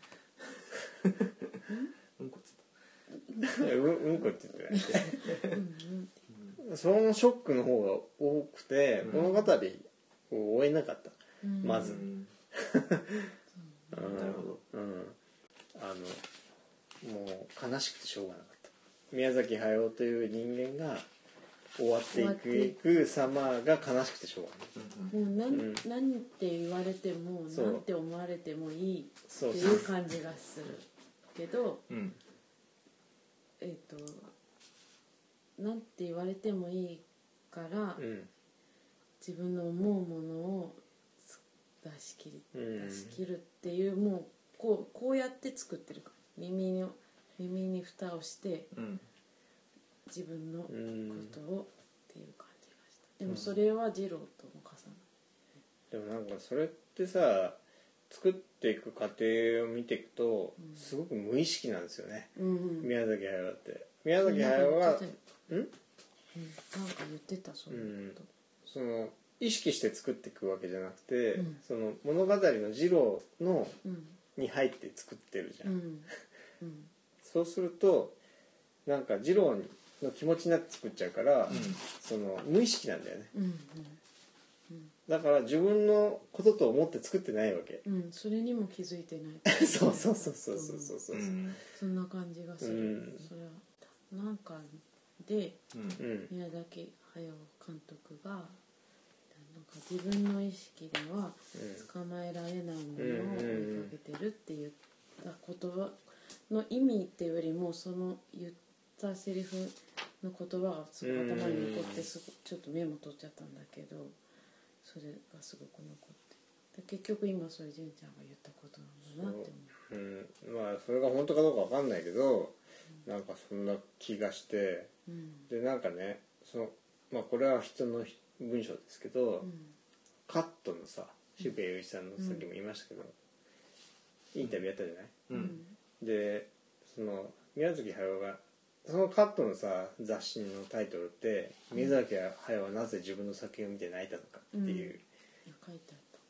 うんこっつったうんうんこって言ってないうんそのショックの方が多くて、 うん物語を追えなかった、 うんまず、 うんうんなるほど。 うん、あのもう悲しくてしょうがなかった宮崎駿という人間が終わっていくいく様が悲しくてしょうがないもうなん、 うんなんて言われてもそうなんて思われてもいいってそうそういう感じがするけどうんえっ、となんて言われてもいいから、 うん自分の思うものを出し切りうん出し切るっていうもうこうこうやって作ってるから耳に耳に蓋をしてうん自分のこうんとをっていう感じがしたでもそれは二郎とも重なるでもなんかそれってさ作っていく過程を見ていくとうんすごく無意識なんですよね、 うんうん宮崎駿って宮崎なんか駿は言ってたよんうんなんか言ってたそういうこその意識して作っていくわけじゃなくて、 うんその物語の二郎のとうんに入って作ってるじゃん、 うんうんそうするとなんか二郎の気持ちになって作っちゃうから、 うんその無意識なんだよねうんだから自分のことと思って作ってないわけうんうんそれにも気づいてないそうそうそうそうそうそうそうう、 んそんな感じがする、 うんそれはなんかでうんうん宮崎駿監督がなんか自分の意識では捕まえられないものを追いかけてるって言った言葉の意味っていうよりもその言ったセリフの言葉がすごい頭に残ってすごちょっとメモ取っちゃったんだけどそれがすごく残ってで結局今それ純ちゃんが言ったことなんだなってうん、まあそれが本当かどうかわかんないけど、なんかそんな気がして思ううんでなんかねそのまあこれは人の文章ですけど、 うんカットのさ渋谷雄一さんのさっきも言いましたけど、インタビューやったじゃない、 うんでその宮崎駿がそのカットのさ雑誌のタイトルって「宮崎駿はなぜ自分の作品を見て泣いたのか」っていう、 書いてあったかな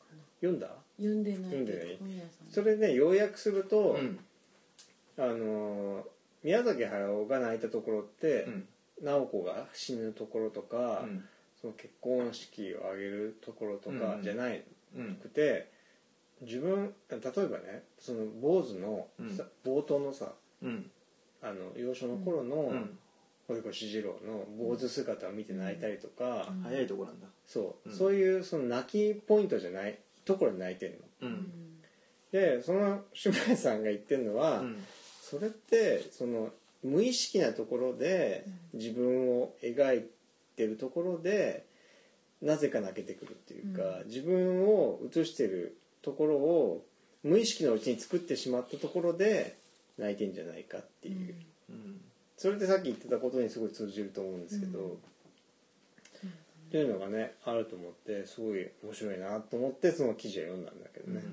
読んだ？ 読んでないけど読んでない本屋さんそれね要約すると、 うん、 あの宮崎駿が泣いたところって、 うん、 直子が死ぬところとか、 うん、 その結婚式を挙げるところとかじゃないくうんて、自分例えばねその坊主の、 うん、 冒頭のさ、 うん、 あの幼少の頃の、 うん、 堀越二郎の坊主姿を見て泣いたりとか、 うん、早いとこなんだ。 そう、 うん、 そういうその泣きポイントじゃないところに泣いてるの、 うん、 でその志村さんが言ってるのは、 うん、 それってその無意識なところで自分を描いてるところでなぜか泣けてくるっていうか、うん、自分を映してるところを無意識のうちに作ってしまったところで泣いてんじゃないかっていう、うん、それってさっき言ってたことにすごい通じると思うんですけど、うん、っていうのがねあると思ってすごい面白いなと思ってその記事を読んだんだけどね、うんうん、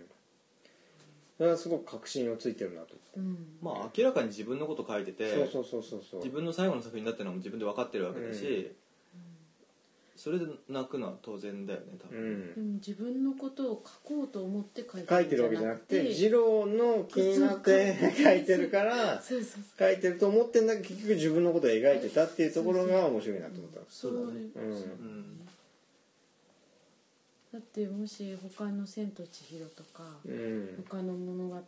それはすごく確信をついてるなと思って、 うん、まあ明らかに自分のこと書いてて、 そうそうそうそうそう、 自分の最後の作品だってのも自分で分かってるわけだし、うん、それで泣くのは当然だよね多分、うん、 でも自分のことを書こうと思って書いてる書いてるわけじゃなくて二郎の気になって書いてるからそうそうそう書いてると思ってんだけど結局自分のことを描いてたっていうところが面白いなと思ったんです。 そうだね、うんうん、だってもし他の「千と千尋」とか、うん、他の物語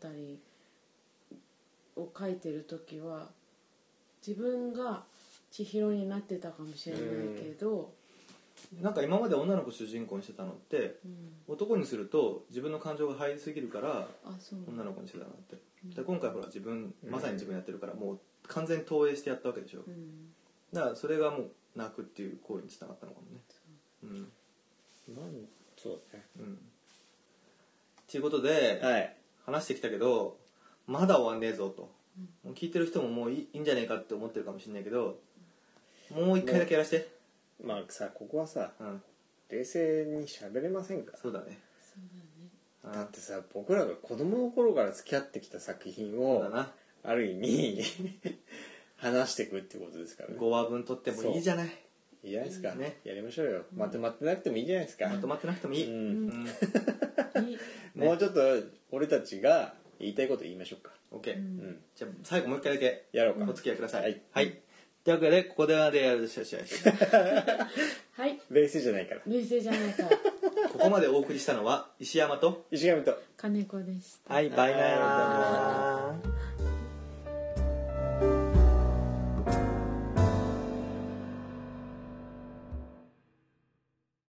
を書いてる時は自分が千尋になってたかもしれないけど、 うん、なんか今まで女の子主人公にしてたのって、うん、男にすると自分の感情が入りすぎるから女の子にしてたのって、うん、で今回ほら自分まさに自分やってるからもう完全に投影してやったわけでしょ、うん、だからそれがもう泣くっていう行為につながったのかもね。うん、 なんそうね。うん。 ということで、はい、話してきたけどまだ終わんねえぞと、うん、聞いてる人ももういい、いいんじゃねえかって思ってるかもしれないけど、もう一回だけやらして。 まあさここはさ、うん、冷静に喋れませんか。 そうだね。 そうだね。だってさ僕らが子供の頃から付き合ってきた作品をある意味話していくってことですからね。 ごわぶん取ってもいいじゃない。 いいじゃないですかね。やりましょうよ。まとまってなくてもいいじゃないですか。 まとまってなくてもいい。うんうん、 もうちょっと俺たちが言いたいこと言いましょうか。 オッケー。うん、じゃあ最後もう一回だけやろうか。 お付き合いください。はい。はい。というわけでここではでやるしゃしゃしはい。 冷静じゃないから。 冷静じゃないから。 ここまでお送りしたのは石山と石上と金子でした。 はい。バイナー。